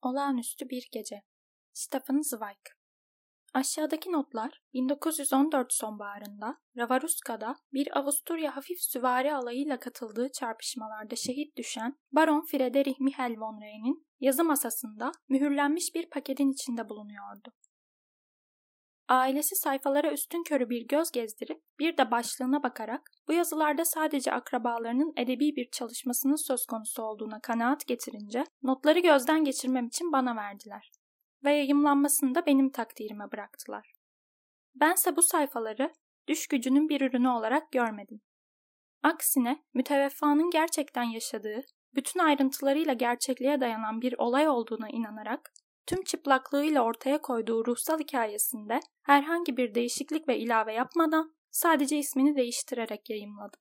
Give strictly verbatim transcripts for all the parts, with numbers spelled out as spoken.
Olağanüstü bir gece. Stefan Zweig. Aşağıdaki notlar bin dokuz yüz on dört sonbaharında Ravaruska'da bir Avusturya hafif süvari alayıyla katıldığı çarpışmalarda şehit düşen Baron Friedrich Michael von Rey'nin yazı masasında mühürlenmiş bir paketin içinde bulunuyordu. Ailesi sayfalara üstünkörü bir göz gezdirip bir de başlığına bakarak bu yazılarda sadece akrabalarının edebi bir çalışmasının söz konusu olduğuna kanaat getirince notları gözden geçirmem için bana verdiler ve yayımlanmasını da benim takdirime bıraktılar. Bense bu sayfaları düş gücünün bir ürünü olarak görmedim. Aksine müteveffanın gerçekten yaşadığı, bütün ayrıntılarıyla gerçekliğe dayanan bir olay olduğuna inanarak tüm çıplaklığıyla ortaya koyduğu ruhsal hikayesinde herhangi bir değişiklik ve ilave yapmadan sadece ismini değiştirerek yayımladım.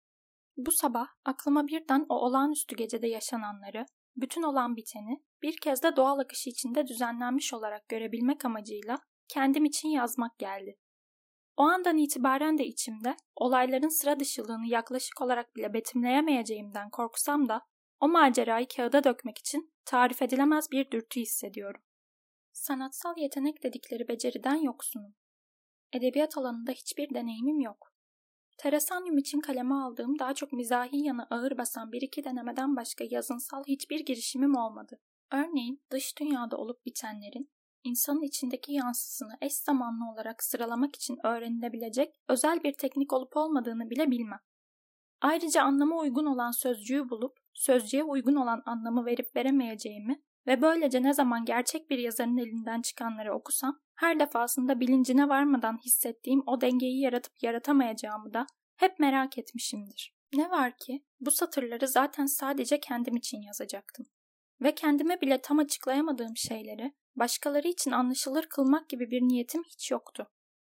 Bu sabah aklıma birden o olağanüstü gecede yaşananları, bütün olan biteni bir kez de doğal akışı içinde düzenlenmiş olarak görebilmek amacıyla kendim için yazmak geldi. O andan itibaren de içimde olayların sıra dışılığını yaklaşık olarak bile betimleyemeyeceğimden korksam da o macerayı kağıda dökmek için tarif edilemez bir dürtü hissediyorum. Sanatsal yetenek dedikleri beceriden yoksunum. Edebiyat alanında hiçbir deneyimim yok. Teresanyum için kaleme aldığım daha çok mizahi yanı ağır basan bir iki denemeden başka yazınsal hiçbir girişimim olmadı. Örneğin dış dünyada olup bitenlerin, insanın içindeki yansısını eş zamanlı olarak sıralamak için öğrenilebilecek özel bir teknik olup olmadığını bile bilmem. Ayrıca anlama uygun olan sözcüğü bulup, sözcüğe uygun olan anlamı verip veremeyeceğimi ve böylece ne zaman gerçek bir yazarın elinden çıkanları okusam, her defasında bilincine varmadan hissettiğim o dengeyi yaratıp yaratamayacağımı da hep merak etmişimdir. Ne var ki bu satırları zaten sadece kendim için yazacaktım. Ve kendime bile tam açıklayamadığım şeyleri başkaları için anlaşılır kılmak gibi bir niyetim hiç yoktu.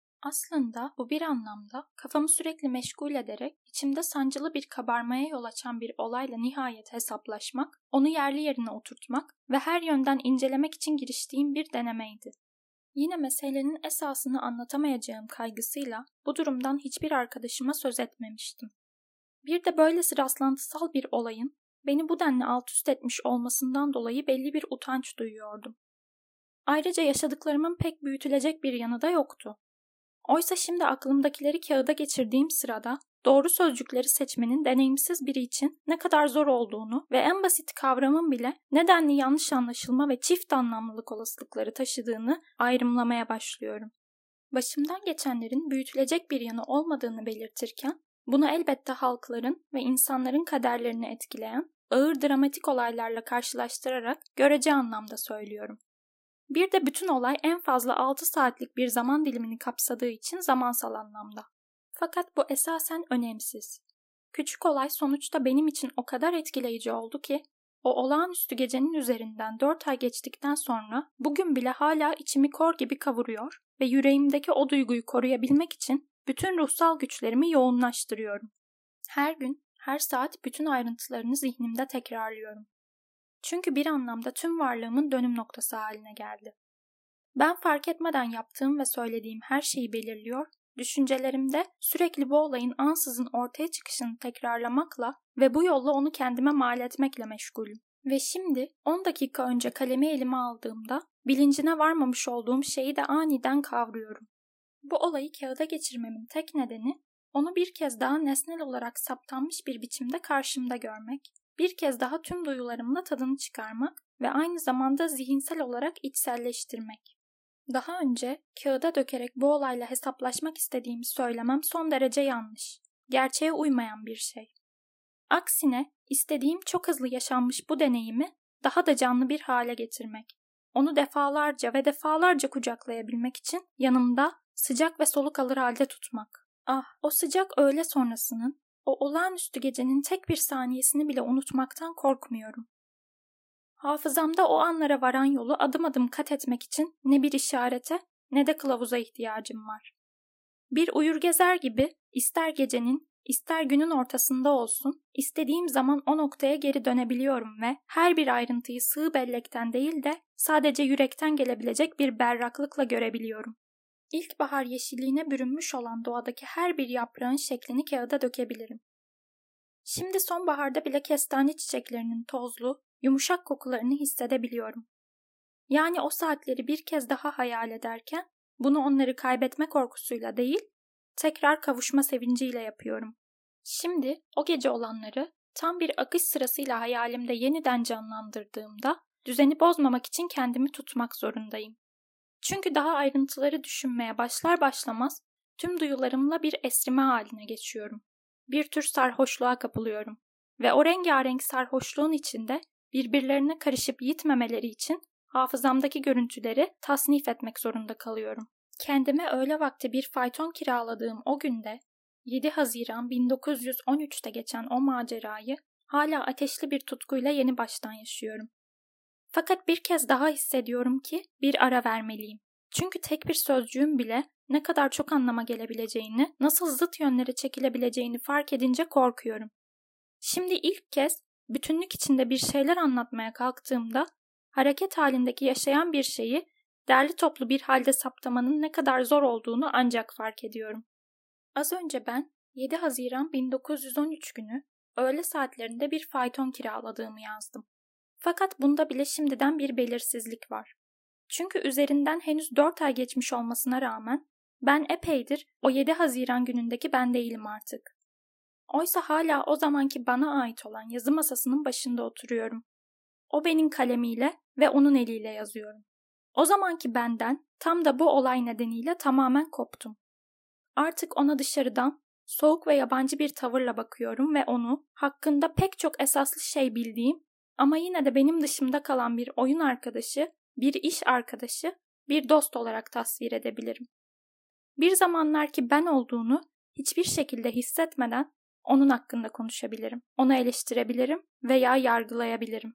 Aslında bu bir anlamda kafamı sürekli meşgul ederek içimde sancılı bir kabarmaya yol açan bir olayla nihayet hesaplaşmak, onu yerli yerine oturtmak ve her yönden incelemek için giriştiğim bir denemeydi. Yine meselenin esasını anlatamayacağım kaygısıyla bu durumdan hiçbir arkadaşıma söz etmemiştim. Bir de böylesi rastlantısal bir olayın beni bu denli alt üst etmiş olmasından dolayı belli bir utanç duyuyordum. Ayrıca yaşadıklarımın pek büyütülecek bir yanı da yoktu. Oysa şimdi aklımdakileri kağıda geçirdiğim sırada doğru sözcükleri seçmenin deneyimsiz biri için ne kadar zor olduğunu ve en basit kavramın bile nedenli yanlış anlaşılma ve çift anlamlılık olasılıkları taşıdığını ayrımlamaya başlıyorum. Başımdan geçenlerin büyütülecek bir yanı olmadığını belirtirken, bunu elbette halkların ve insanların kaderlerini etkileyen ağır dramatik olaylarla karşılaştırarak görece anlamda söylüyorum. Bir de bütün olay en fazla altı saatlik bir zaman dilimini kapsadığı için zamansal anlamda. Fakat bu esasen önemsiz. Küçük olay sonuçta benim için o kadar etkileyici oldu ki, o olağanüstü gecenin üzerinden dört ay geçtikten sonra bugün bile hala içimi kor gibi kavuruyor ve yüreğimdeki o duyguyu koruyabilmek için bütün ruhsal güçlerimi yoğunlaştırıyorum. Her gün, her saat bütün ayrıntılarını zihnimde tekrarlıyorum. Çünkü bir anlamda tüm varlığımın dönüm noktası haline geldi. Ben fark etmeden yaptığım ve söylediğim her şeyi belirliyor, düşüncelerimde sürekli bu olayın ansızın ortaya çıkışını tekrarlamakla ve bu yolla onu kendime mal etmekle meşgulüm. Ve şimdi on dakika önce kalemi elime aldığımda bilincine varmamış olduğum şeyi de aniden kavruyorum. Bu olayı kağıda geçirmemin tek nedeni onu bir kez daha nesnel olarak saptanmış bir biçimde karşımda görmek, bir kez daha tüm duyularımla tadını çıkarmak ve aynı zamanda zihinsel olarak içselleştirmek. Daha önce kağıda dökerek bu olayla hesaplaşmak istediğimi söylemem son derece yanlış, gerçeğe uymayan bir şey. Aksine istediğim çok hızlı yaşanmış bu deneyimi daha da canlı bir hale getirmek. Onu defalarca ve defalarca kucaklayabilmek için yanımda sıcak ve soluk alır halde tutmak. Ah, o sıcak öğle sonrasının, o olağanüstü gecenin tek bir saniyesini bile unutmaktan korkmuyorum. Hafızamda o anlara varan yolu adım adım kat etmek için ne bir işarete ne de kılavuza ihtiyacım var. Bir uyur gezer gibi ister gecenin, ister günün ortasında olsun, istediğim zaman o noktaya geri dönebiliyorum ve her bir ayrıntıyı sığ bellekten değil de sadece yürekten gelebilecek bir berraklıkla görebiliyorum. İlkbahar yeşilliğine bürünmüş olan doğadaki her bir yaprağın şeklini kağıda dökebilirim. Şimdi sonbaharda bile kestane çiçeklerinin tozlu, yumuşak kokularını hissedebiliyorum. Yani o saatleri bir kez daha hayal ederken bunu onları kaybetme korkusuyla değil, tekrar kavuşma sevinciyle yapıyorum. Şimdi o gece olanları tam bir akış sırasıyla hayalimde yeniden canlandırdığımda düzeni bozmamak için kendimi tutmak zorundayım. Çünkü daha ayrıntıları düşünmeye başlar başlamaz tüm duyularımla bir esrime haline geçiyorum. Bir tür sarhoşluğa kapılıyorum ve o rengarenk sarhoşluğun içinde birbirlerine karışıp yitmemeleri için hafızamdaki görüntüleri tasnif etmek zorunda kalıyorum. Kendime öğle vakti bir fayton kiraladığım o günde yedi Haziran bin dokuz yüz on üçte geçen o macerayı hala ateşli bir tutkuyla yeni baştan yaşıyorum. Fakat bir kez daha hissediyorum ki bir ara vermeliyim. Çünkü tek bir sözcüğün bile ne kadar çok anlama gelebileceğini, nasıl zıt yönlere çekilebileceğini fark edince korkuyorum. Şimdi ilk kez bütünlük içinde bir şeyler anlatmaya kalktığımda hareket halindeki yaşayan bir şeyi derli toplu bir halde saptamanın ne kadar zor olduğunu ancak fark ediyorum. Az önce ben yedi Haziran bin dokuz yüz on üç günü öğle saatlerinde bir fayton kiraladığımı yazdım. Fakat bunda bile şimdiden bir belirsizlik var. Çünkü üzerinden henüz dört ay geçmiş olmasına rağmen ben epeydir o yedi Haziran günündeki ben değilim artık. Oysa hala o zamanki bana ait olan yazı masasının başında oturuyorum. O benim kalemiyle ve onun eliyle yazıyorum. O zamanki benden tam da bu olay nedeniyle tamamen koptum. Artık ona dışarıdan soğuk ve yabancı bir tavırla bakıyorum ve onu hakkında pek çok esaslı şey bildiğim ama yine de benim dışımda kalan bir oyun arkadaşı, bir iş arkadaşı, bir dost olarak tasvir edebilirim. Bir zamanlar ki ben olduğunu hiçbir şekilde hissetmeden onun hakkında konuşabilirim, onu eleştirebilirim veya yargılayabilirim.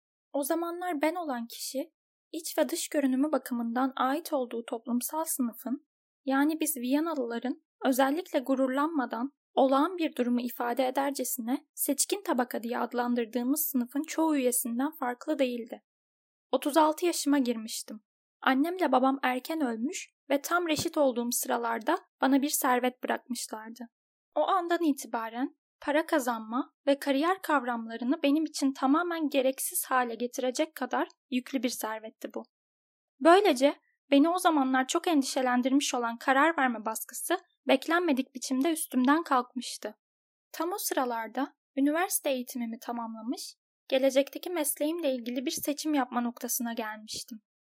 O zamanlar ben olan kişi, iç ve dış görünümü bakımından ait olduğu toplumsal sınıfın, yani biz Viyanalıların özellikle gururlanmadan olağan bir durumu ifade edercesine seçkin tabaka diye adlandırdığımız sınıfın çoğu üyesinden farklı değildi. otuz altı yaşıma girmiştim. Annemle babam erken ölmüş ve tam reşit olduğum sıralarda bana bir servet bırakmışlardı. O andan itibaren para kazanma ve kariyer kavramlarını benim için tamamen gereksiz hale getirecek kadar yüklü bir servetti bu. Böylece beni o zamanlar çok endişelendirmiş olan karar verme baskısı beklenmedik biçimde üstümden kalkmıştı. Tam o sıralarda üniversite eğitimimi tamamlamış, gelecekteki mesleğimle ilgili bir seçim yapma noktasına gelmiştim.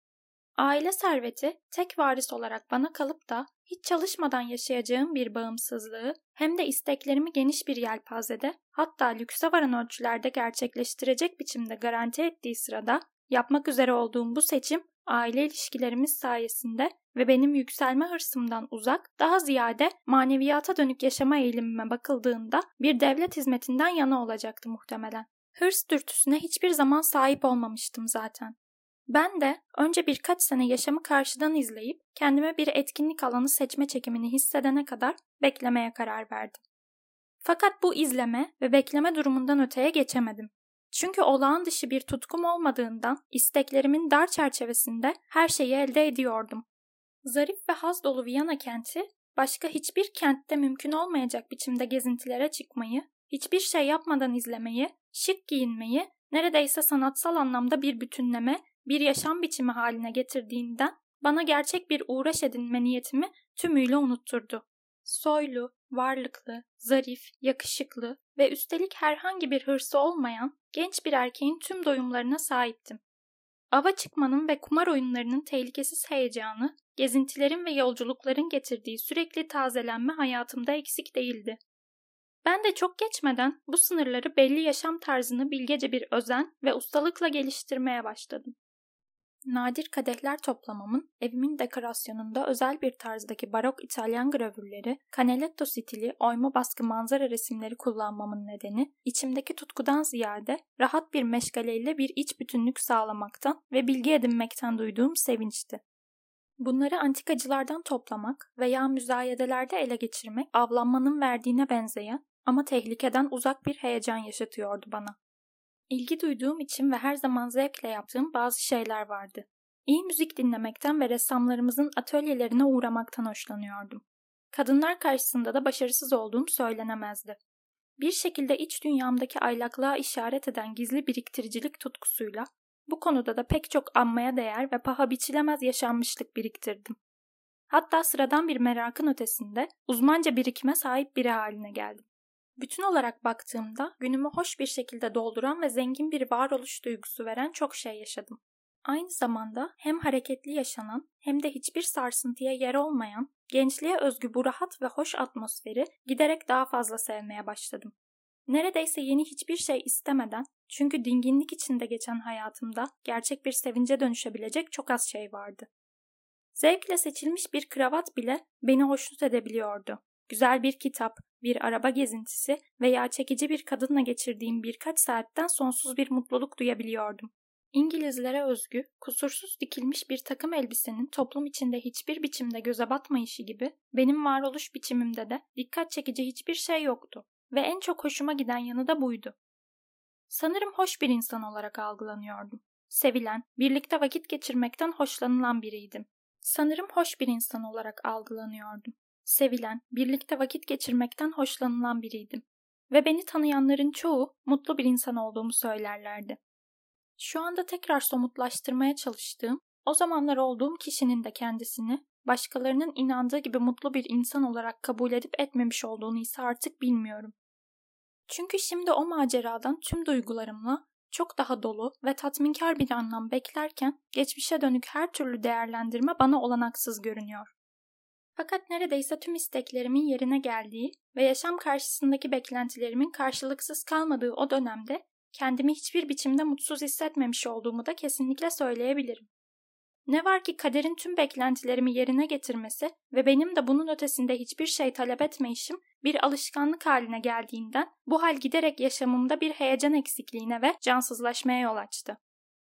Aile serveti tek varis olarak bana kalıp da hiç çalışmadan yaşayacağım bir bağımsızlığı hem de isteklerimi geniş bir yelpazede, hatta lükse varan ölçülerde gerçekleştirecek biçimde garanti ettiği sırada yapmak üzere olduğum bu seçim aile ilişkilerimiz sayesinde ve benim yükselme hırsımdan uzak, daha ziyade maneviyata dönük yaşama eğilimime bakıldığında bir devlet hizmetinden yana olacaktı muhtemelen. Hırs dürtüsüne hiçbir zaman sahip olmamıştım zaten. Ben de önce birkaç sene yaşamı karşıdan izleyip kendime bir etkinlik alanı seçme çekimini hissedene kadar beklemeye karar verdim. Fakat bu izleme ve bekleme durumundan öteye geçemedim. Çünkü olağan dışı bir tutkum olmadığından isteklerimin dar çerçevesinde her şeyi elde ediyordum. Zarif ve haz dolu Viyana kenti, başka hiçbir kentte mümkün olmayacak biçimde gezintilere çıkmayı, hiçbir şey yapmadan izlemeyi, şık giyinmeyi, neredeyse sanatsal anlamda bir bütünleme, bir yaşam biçimi haline getirdiğinden bana gerçek bir uğraş edinme niyetimi tümüyle unutturdu. Soylu, varlıklı, zarif, yakışıklı ve üstelik herhangi bir hırsı olmayan genç bir erkeğin tüm doyumlarına sahiptim. Ava çıkmanın ve kumar oyunlarının tehlikesiz heyecanı, gezintilerin ve yolculukların getirdiği sürekli tazelenme hayatımda eksik değildi. Ben de çok geçmeden bu sınırları belli yaşam tarzını bilgece bir özen ve ustalıkla geliştirmeye başladım. Nadir kadehler toplamamın, evimin dekorasyonunda özel bir tarzdaki barok İtalyan gravürleri, Canaletto stili oyma baskı manzara resimleri kullanmamın nedeni, içimdeki tutkudan ziyade rahat bir meşgaleyle bir iç bütünlük sağlamaktan ve bilgi edinmekten duyduğum sevinçti. Bunları antikacılardan toplamak veya müzayedelerde ele geçirmek, avlanmanın verdiğine benzeyen ama tehlikeden uzak bir heyecan yaşatıyordu bana. İlgi duyduğum için ve her zaman zevkle yaptığım bazı şeyler vardı. İyi müzik dinlemekten ve ressamlarımızın atölyelerine uğramaktan hoşlanıyordum. Kadınlar karşısında da başarısız olduğum söylenemezdi. Bir şekilde iç dünyamdaki aylaklığa işaret eden gizli biriktiricilik tutkusuyla Bu konuda da pek çok anmaya değer ve paha biçilemez yaşanmışlık biriktirdim. Hatta sıradan bir merakın ötesinde uzmanca birikime sahip biri haline geldim. Bütün olarak baktığımda günümü hoş bir şekilde dolduran ve zengin bir varoluş duygusu veren çok şey yaşadım. Aynı zamanda hem hareketli yaşanan hem de hiçbir sarsıntıya yer olmayan, gençliğe özgü bu rahat ve hoş atmosferi giderek daha fazla sevmeye başladım. Neredeyse yeni hiçbir şey istemeden, çünkü dinginlik içinde geçen hayatımda gerçek bir sevince dönüşebilecek çok az şey vardı. Zevkle seçilmiş bir kravat bile beni hoşnut edebiliyordu. Güzel bir kitap, bir araba gezintisi veya çekici bir kadınla geçirdiğim birkaç saatten sonsuz bir mutluluk duyabiliyordum. İngilizlere özgü, kusursuz dikilmiş bir takım elbisenin toplum içinde hiçbir biçimde göze batmayışı gibi benim varoluş biçimimde de dikkat çekici hiçbir şey yoktu ve en çok hoşuma giden yanı da buydu. Sanırım hoş bir insan olarak algılanıyordum. Sevilen, birlikte vakit geçirmekten hoşlanılan biriydim. Sanırım hoş bir insan olarak algılanıyordum. Sevilen, birlikte vakit geçirmekten hoşlanılan biriydim. Ve beni tanıyanların çoğu mutlu bir insan olduğumu söylerlerdi. Şu anda tekrar somutlaştırmaya çalıştığım, o zamanlar olduğum kişinin de kendisini, başkalarının inandığı gibi mutlu bir insan olarak kabul edip etmemiş olduğunu ise artık bilmiyorum. Çünkü şimdi o maceradan tüm duygularımla çok daha dolu ve tatminkar bir anlam beklerken geçmişe dönük her türlü değerlendirme bana olanaksız görünüyor. Fakat neredeyse tüm isteklerimin yerine geldiği ve yaşam karşısındaki beklentilerimin karşılıksız kalmadığı o dönemde kendimi hiçbir biçimde mutsuz hissetmemiş olduğumu da kesinlikle söyleyebilirim. Ne var ki kaderin tüm beklentilerimi yerine getirmesi ve benim de bunun ötesinde hiçbir şey talep etmeyişim bir alışkanlık haline geldiğinden bu hal giderek yaşamımda bir heyecan eksikliğine ve cansızlaşmaya yol açtı.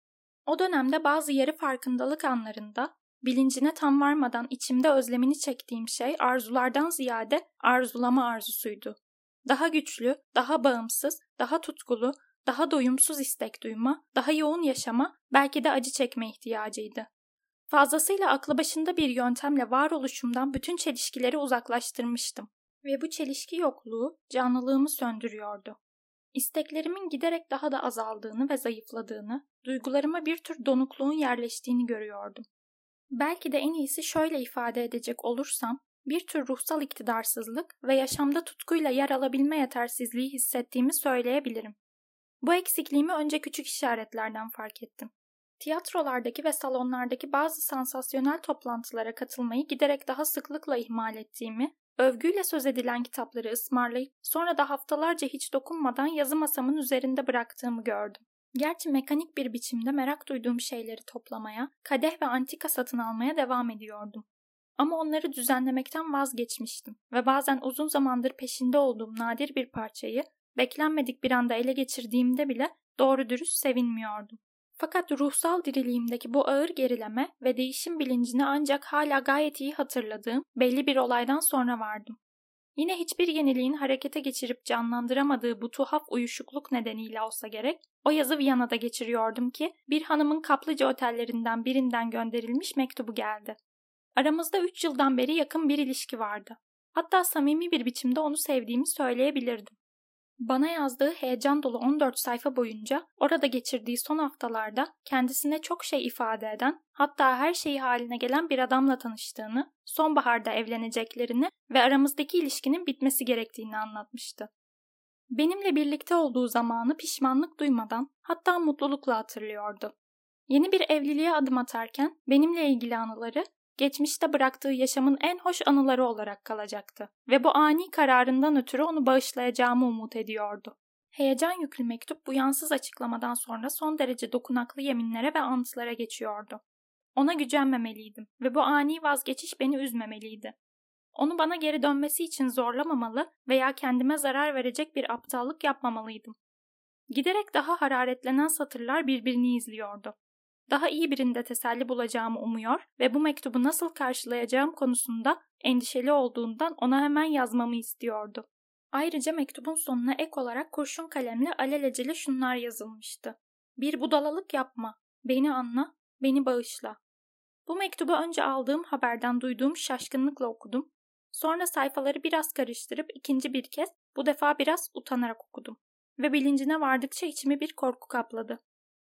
O dönemde bazı yarı farkındalık anlarında bilincine tam varmadan içimde özlemini çektiğim şey arzulardan ziyade arzulama arzusuydu. Daha güçlü, daha bağımsız, daha tutkulu, daha doyumsuz istek duyma, daha yoğun yaşama, belki de acı çekme ihtiyacıydı. Fazlasıyla aklı başında bir yöntemle varoluşumdan bütün çelişkileri uzaklaştırmıştım. Ve bu çelişki yokluğu canlılığımı söndürüyordu. İsteklerimin giderek daha da azaldığını ve zayıfladığını, duygularıma bir tür donukluğun yerleştiğini görüyordum. Belki de en iyisi şöyle ifade edecek olursam, bir tür ruhsal iktidarsızlık ve yaşamda tutkuyla yer alabilme yetersizliği hissettiğimi söyleyebilirim. Bu eksikliğimi önce küçük işaretlerden fark ettim. Tiyatrolardaki ve salonlardaki bazı sansasyonel toplantılara katılmayı giderek daha sıklıkla ihmal ettiğimi, övgüyle söz edilen kitapları ısmarlayıp sonra da haftalarca hiç dokunmadan yazı masamın üzerinde bıraktığımı gördüm. Gerçi mekanik bir biçimde merak duyduğum şeyleri toplamaya, kadeh ve antika satın almaya devam ediyordum. Ama onları düzenlemekten vazgeçmiştim ve bazen uzun zamandır peşinde olduğum nadir bir parçayı beklenmedik bir anda ele geçirdiğimde bile doğru dürüst sevinmiyordum. Fakat ruhsal diriliğimdeki bu ağır gerileme ve değişim bilincine ancak hala gayet iyi hatırladığım belli bir olaydan sonra vardım. Yine hiçbir yeniliğin harekete geçirip canlandıramadığı bu tuhaf uyuşukluk nedeniyle olsa gerek, o yazı Viyana'da geçiriyordum ki bir hanımın kaplıca otellerinden birinden gönderilmiş mektubu geldi. Aramızda üç yıldan beri yakın bir ilişki vardı. Hatta samimi bir biçimde onu sevdiğimi söyleyebilirdim. Bana yazdığı heyecan dolu on dört sayfa boyunca orada geçirdiği son haftalarda kendisine çok şey ifade eden, hatta her şeyi haline gelen bir adamla tanıştığını, sonbaharda evleneceklerini ve aramızdaki ilişkinin bitmesi gerektiğini anlatmıştı. Benimle birlikte olduğu zamanı pişmanlık duymadan, hatta mutlulukla hatırlıyordu. Yeni bir evliliğe adım atarken benimle ilgili anıları, geçmişte bıraktığı yaşamın en hoş anıları olarak kalacaktı ve bu ani kararından ötürü onu bağışlayacağımı umut ediyordu. Heyecan yüklü mektup bu yansız açıklamadan sonra son derece dokunaklı yeminlere ve anıtlara geçiyordu. Ona gücenmemeliydim ve bu ani vazgeçiş beni üzmemeliydi. Onu bana geri dönmesi için zorlamamalı veya kendime zarar verecek bir aptallık yapmamalıydım. Giderek daha hararetlenen satırlar birbirini izliyordu. Daha iyi birinde teselli bulacağımı umuyor ve bu mektubu nasıl karşılayacağım konusunda endişeli olduğundan ona hemen yazmamı istiyordu. Ayrıca mektubun sonuna ek olarak kurşun kalemle alelacele şunlar yazılmıştı. Bir budalalık yapma, beni anla, beni bağışla. Bu mektubu önce aldığım haberden duyduğum şaşkınlıkla okudum. Sonra sayfaları biraz karıştırıp ikinci bir kez, bu defa biraz utanarak okudum. Ve bilincine vardıkça içimi bir korku kapladı.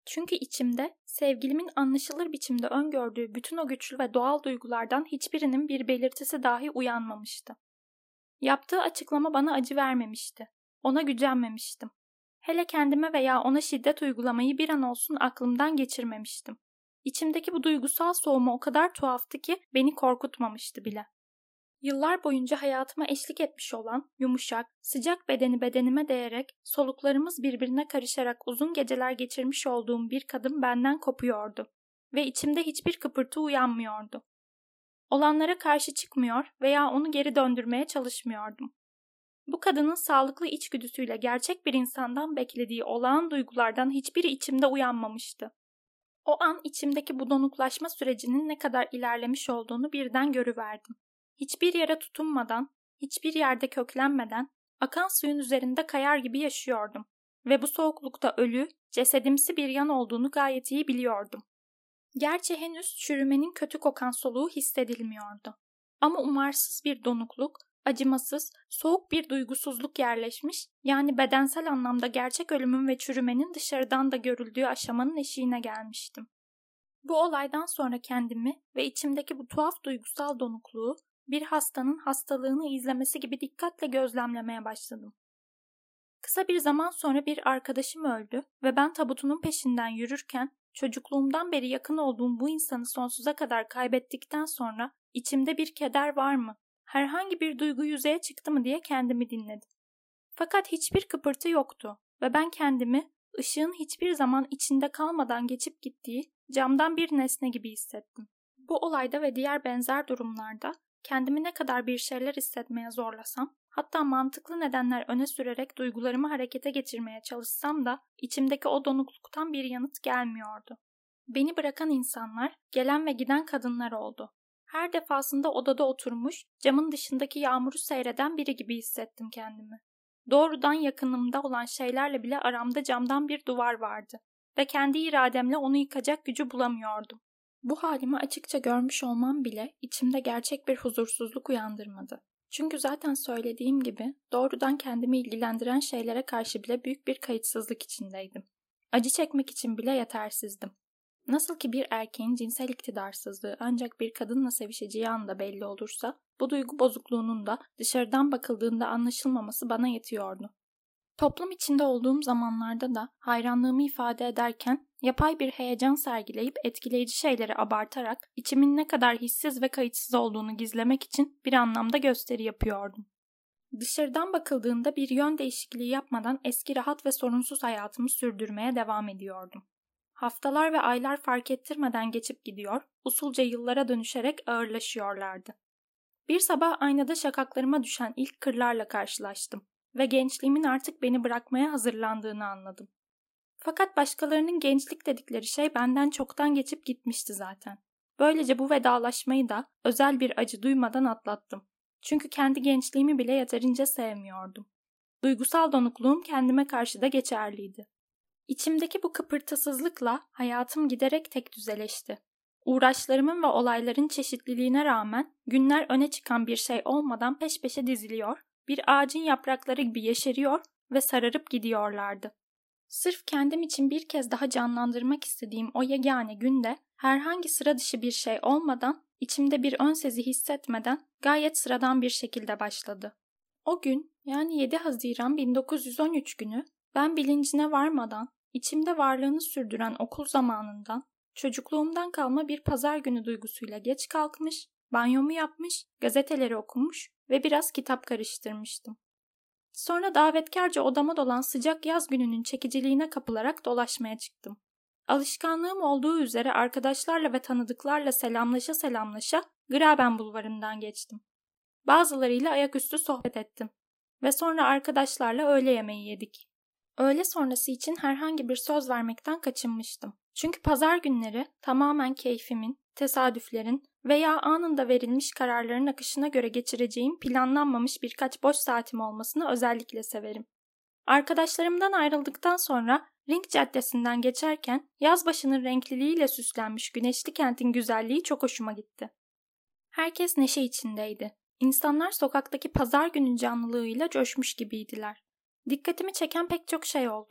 Çünkü içimde sevgilimin anlaşılır biçimde öngördüğü bütün o güçlü ve doğal duygulardan hiçbirinin bir belirtisi dahi uyanmamıştı. Yaptığı açıklama bana acı vermemişti. Ona gücenmemiştim. Hele kendime veya ona şiddet uygulamayı bir an olsun aklımdan geçirmemiştim. İçimdeki bu duygusal soğuma o kadar tuhaftı ki beni korkutmamıştı bile. Yıllar boyunca hayatıma eşlik etmiş olan, yumuşak, sıcak bedeni bedenime değerek, soluklarımız birbirine karışarak uzun geceler geçirmiş olduğum bir kadın benden kopuyordu ve içimde hiçbir kıpırtı uyanmıyordu. Olanlara karşı çıkmıyor veya onu geri döndürmeye çalışmıyordum. Bu kadının sağlıklı içgüdüsüyle gerçek bir insandan beklediği olağan duygulardan hiçbiri içimde uyanmamıştı. O an içimdeki bu donuklaşma sürecinin ne kadar ilerlemiş olduğunu birden görüverdim. Hiçbir yere tutunmadan, hiçbir yerde köklenmeden, akan suyun üzerinde kayar gibi yaşıyordum. Ve bu soğuklukta ölü, cesedimsi bir yan olduğunu gayet iyi biliyordum. Gerçi henüz çürümenin kötü kokan soluğu hissedilmiyordu. Ama umarsız bir donukluk, acımasız, soğuk bir duygusuzluk yerleşmiş, yani bedensel anlamda gerçek ölümün ve çürümenin dışarıdan da görüldüğü aşamanın eşiğine gelmiştim. Bu olaydan sonra kendimi ve içimdeki bu tuhaf duygusal donukluğu bir hastanın hastalığını izlemesi gibi dikkatle gözlemlemeye başladım. Kısa bir zaman sonra bir arkadaşım öldü ve ben tabutunun peşinden yürürken çocukluğumdan beri yakın olduğum bu insanı sonsuza kadar kaybettikten sonra içimde bir keder var mı, herhangi bir duygu yüzeye çıktı mı diye kendimi dinledim. Fakat hiçbir kıpırtı yoktu ve ben kendimi ışığın hiçbir zaman içinde kalmadan geçip gittiği camdan bir nesne gibi hissettim. Bu olayda ve diğer benzer durumlarda kendimi ne kadar bir şeyler hissetmeye zorlasam, hatta mantıklı nedenler öne sürerek duygularımı harekete geçirmeye çalışsam da içimdeki o donukluktan bir yanıt gelmiyordu. Beni bırakan insanlar, gelen ve giden kadınlar oldu. Her defasında odada oturmuş, camın dışındaki yağmuru seyreden biri gibi hissettim kendimi. Doğrudan yakınımda olan şeylerle bile aramda camdan bir duvar vardı ve kendi irademle onu yıkacak gücü bulamıyordum. Bu halimi açıkça görmüş olmam bile içimde gerçek bir huzursuzluk uyandırmadı. Çünkü zaten söylediğim gibi doğrudan kendimi ilgilendiren şeylere karşı bile büyük bir kayıtsızlık içindeydim. Acı çekmek için bile yetersizdim. Nasıl ki bir erkeğin cinsel iktidarsızlığı ancak bir kadınla sevişeceği anda belli olursa, bu duygu bozukluğunun da dışarıdan bakıldığında anlaşılmaması bana yetiyordu. Toplum içinde olduğum zamanlarda da hayranlığımı ifade ederken yapay bir heyecan sergileyip etkileyici şeyleri abartarak içimin ne kadar hissiz ve kayıtsız olduğunu gizlemek için bir anlamda gösteri yapıyordum. Dışarıdan bakıldığında bir yön değişikliği yapmadan eski rahat ve sorunsuz hayatımı sürdürmeye devam ediyordum. Haftalar ve aylar fark ettirmeden geçip gidiyor, usulca yıllara dönüşerek ağırlaşıyorlardı. Bir sabah aynada şakaklarıma düşen ilk kırlarla karşılaştım ve gençliğimin artık beni bırakmaya hazırlandığını anladım. Fakat başkalarının gençlik dedikleri şey benden çoktan geçip gitmişti zaten. Böylece bu vedalaşmayı da özel bir acı duymadan atlattım. Çünkü kendi gençliğimi bile yeterince sevmiyordum. Duygusal donukluğum kendime karşı da geçerliydi. İçimdeki bu kıpırtısızlıkla hayatım giderek tekdüzeleşti. Uğraşlarımın ve olayların çeşitliliğine rağmen günler öne çıkan bir şey olmadan peş peşe diziliyor, bir ağacın yaprakları gibi yeşeriyor ve sararıp gidiyorlardı. Sırf kendim için bir kez daha canlandırmak istediğim o yegane günde herhangi sıra dışı bir şey olmadan, içimde bir ön sezi hissetmeden gayet sıradan bir şekilde başladı. O gün, yani yedi Haziran bin dokuz yüz on üç günü, ben bilincine varmadan, içimde varlığını sürdüren okul zamanından, çocukluğumdan kalma bir pazar günü duygusuyla geç kalkmış, banyomu yapmış, gazeteleri okumuş ve biraz kitap karıştırmıştım. Sonra davetkarca odama dolan sıcak yaz gününün çekiciliğine kapılarak dolaşmaya çıktım. Alışkanlığım olduğu üzere arkadaşlarla ve tanıdıklarla selamlaşa selamlaşa Graben bulvarından geçtim. Bazılarıyla ayaküstü sohbet ettim ve sonra arkadaşlarla öğle yemeği yedik. Öğle sonrası için herhangi bir söz vermekten kaçınmıştım. Çünkü pazar günleri tamamen keyfimin, tesadüflerin veya anında verilmiş kararların akışına göre geçireceğim planlanmamış birkaç boş saatim olmasını özellikle severim. Arkadaşlarımdan ayrıldıktan sonra Ring Caddesi'nden geçerken yazbaşının renkliliğiyle süslenmiş güneşli kentin güzelliği çok hoşuma gitti. Herkes neşe içindeydi. İnsanlar sokaktaki pazar günü canlılığıyla coşmuş gibiydiler. Dikkatimi çeken pek çok şey oldu.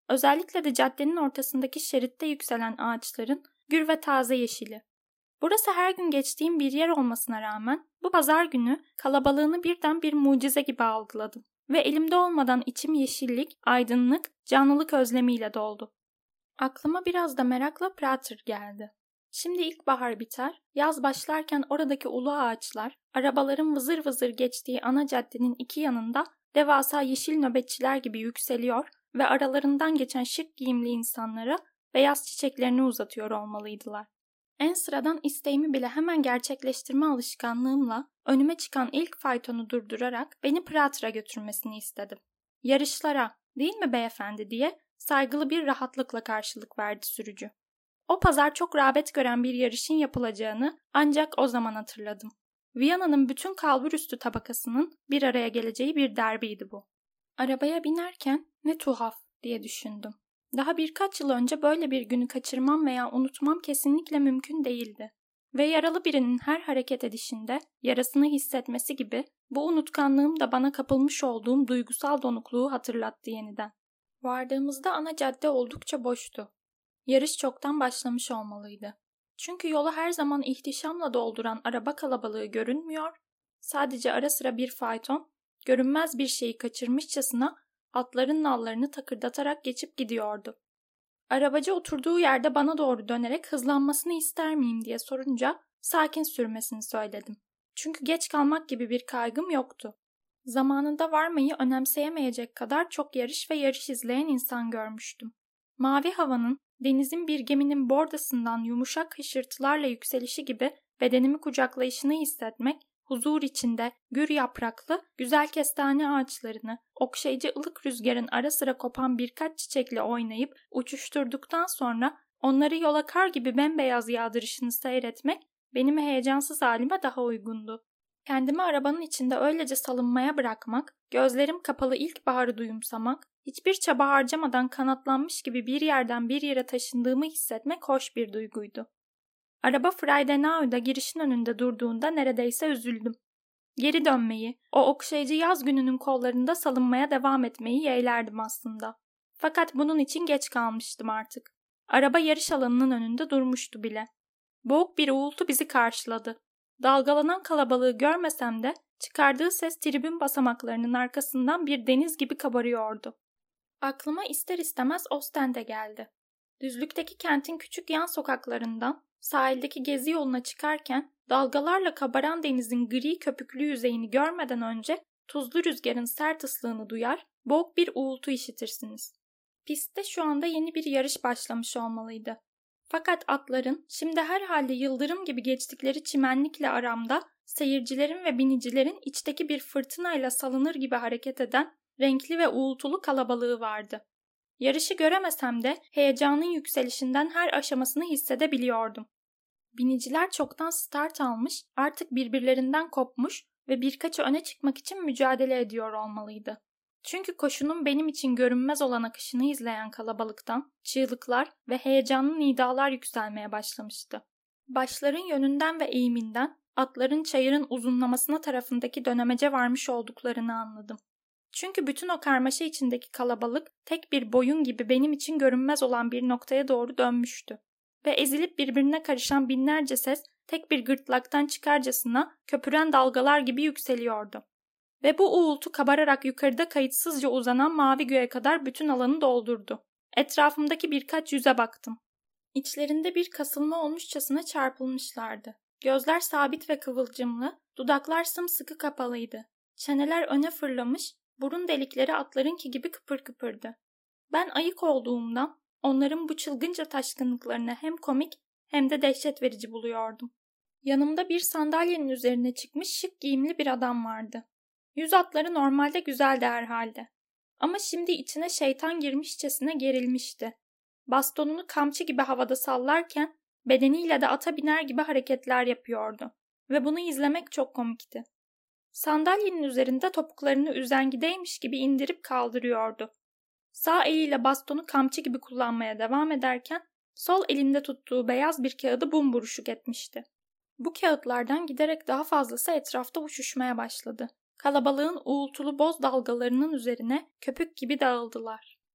Özellikle de caddenin ortasındaki şeritte yükselen ağaçların gür ve taze yeşili. Burası her gün geçtiğim bir yer olmasına rağmen bu pazar günü kalabalığını birden bir mucize gibi algıladım. Ve elimde olmadan içim yeşillik, aydınlık, canlılık özlemiyle doldu. Aklıma biraz da merakla Prater geldi. Şimdi ilkbahar biter, yaz başlarken oradaki ulu ağaçlar, arabaların vızır vızır geçtiği ana caddenin iki yanında devasa yeşil nöbetçiler gibi yükseliyor ve aralarından geçen şık giyimli insanlara beyaz çiçeklerini uzatıyor olmalıydılar. En sıradan isteğimi bile hemen gerçekleştirme alışkanlığımla önüme çıkan ilk faytonu durdurarak beni Prater'a götürmesini istedim. Yarışlara, değil mi beyefendi diye saygılı bir rahatlıkla karşılık verdi sürücü. O pazar çok rağbet gören bir yarışın yapılacağını ancak o zaman hatırladım. Viyana'nın bütün kalburüstü tabakasının bir araya geleceği bir derbiydi bu. Arabaya binerken ne tuhaf diye düşündüm. Daha birkaç yıl önce böyle bir günü kaçırmam veya unutmam kesinlikle mümkün değildi. Ve yaralı birinin her hareket edişinde yarasını hissetmesi gibi bu unutkanlığım da bana kapılmış olduğum duygusal donukluğu hatırlattı yeniden. Vardığımızda ana cadde oldukça boştu. Yarış çoktan başlamış olmalıydı. Çünkü yolu her zaman ihtişamla dolduran araba kalabalığı görünmüyor, sadece ara sıra bir fayton, görünmez bir şeyi kaçırmışçasına atların nallarını takırdatarak geçip gidiyordu. Arabacı oturduğu yerde bana doğru dönerek hızlanmasını ister miyim diye sorunca sakin sürmesini söyledim. Çünkü geç kalmak gibi bir kaygım yoktu. Zamanında varmayı önemseyemeyecek kadar çok yarış ve yarış izleyen insan görmüştüm. Mavi havanın, denizin bir geminin bordasından yumuşak hışırtılarla yükselişi gibi bedenimi kucaklayışını hissetmek, huzur içinde gür yapraklı, güzel kestane ağaçlarını, okşayıcı ılık rüzgarın ara sıra kopan birkaç çiçekle oynayıp uçuşturduktan sonra onları yola kar gibi bembeyaz yağdırışını seyretmek benim heyecansız halime daha uygundu. Kendimi arabanın içinde öylece salınmaya bırakmak, gözlerim kapalı ilkbaharı duyumsamak, hiçbir çaba harcamadan kanatlanmış gibi bir yerden bir yere taşındığımı hissetmek hoş bir duyguydu. Araba Friedenau'da girişin önünde durduğunda neredeyse üzüldüm. Geri dönmeyi, o okşayıcı yaz gününün kollarında salınmaya devam etmeyi yeğlerdim aslında. Fakat bunun için geç kalmıştım artık. Araba yarış alanının önünde durmuştu bile. Boğuk bir uğultu bizi karşıladı. Dalgalanan kalabalığı görmesem de çıkardığı ses tribün basamaklarının arkasından bir deniz gibi kabarıyordu. Aklıma ister istemez Ostende geldi. Düzlükteki kentin küçük yan sokaklarından sahildeki gezi yoluna çıkarken dalgalarla kabaran denizin gri köpüklü yüzeyini görmeden önce tuzlu rüzgarın sert ıslığını duyar, boğuk bir uğultu işitirsiniz. Pistte şu anda yeni bir yarış başlamış olmalıydı. Fakat atların şimdi herhalde yıldırım gibi geçtikleri çimenlikle aramda seyircilerin ve binicilerin içteki bir fırtınayla salınır gibi hareket eden renkli ve uğultulu kalabalığı vardı. Yarışı göremesem de heyecanın yükselişinden her aşamasını hissedebiliyordum. Biniciler çoktan start almış, artık birbirlerinden kopmuş ve birkaçı öne çıkmak için mücadele ediyor olmalıydı. Çünkü koşunun benim için görünmez olan akışını izleyen kalabalıktan çığlıklar ve heyecanlı nidalar yükselmeye başlamıştı. Başların yönünden ve eğiminden atların çayırın uzunlamasına tarafındaki dönemece varmış olduklarını anladım. Çünkü bütün o karmaşa içindeki kalabalık tek bir boyun gibi benim için görünmez olan bir noktaya doğru dönmüştü. Ve ezilip birbirine karışan binlerce ses tek bir gırtlaktan çıkarcasına köpüren dalgalar gibi yükseliyordu. Ve bu uğultu kabararak yukarıda kayıtsızca uzanan mavi göğe kadar bütün alanı doldurdu. Etrafımdaki birkaç yüze baktım. İçlerinde bir kasılma olmuşçasına çarpılmışlardı. Gözler sabit ve kıvılcımlı, dudaklar sımsıkı kapalıydı. Çeneler öne fırlamış, burun delikleri atlarınki gibi kıpır kıpırdı. Ben ayık olduğumdan onların bu çılgınca taşkınlıklarını hem komik hem de dehşet verici buluyordum. Yanımda bir sandalyenin üzerine çıkmış şık giyimli bir adam vardı. Yüz atları normalde güzeldi herhalde. Ama şimdi içine şeytan girmişçesine gerilmişti. Bastonunu kamçı gibi havada sallarken bedeniyle de ata biner gibi hareketler yapıyordu. Ve bunu izlemek çok komikti. Sandalyenin üzerinde topuklarını üzengideymiş gibi indirip kaldırıyordu. Sağ eliyle bastonu kamçı gibi kullanmaya devam ederken sol elinde tuttuğu beyaz bir kağıdı bumburuşuk etmişti. Bu kağıtlardan giderek daha fazlası etrafta uçuşmaya başladı. Kalabalığın uğultulu boz dalgalarının üzerine köpük gibi dağıldılar.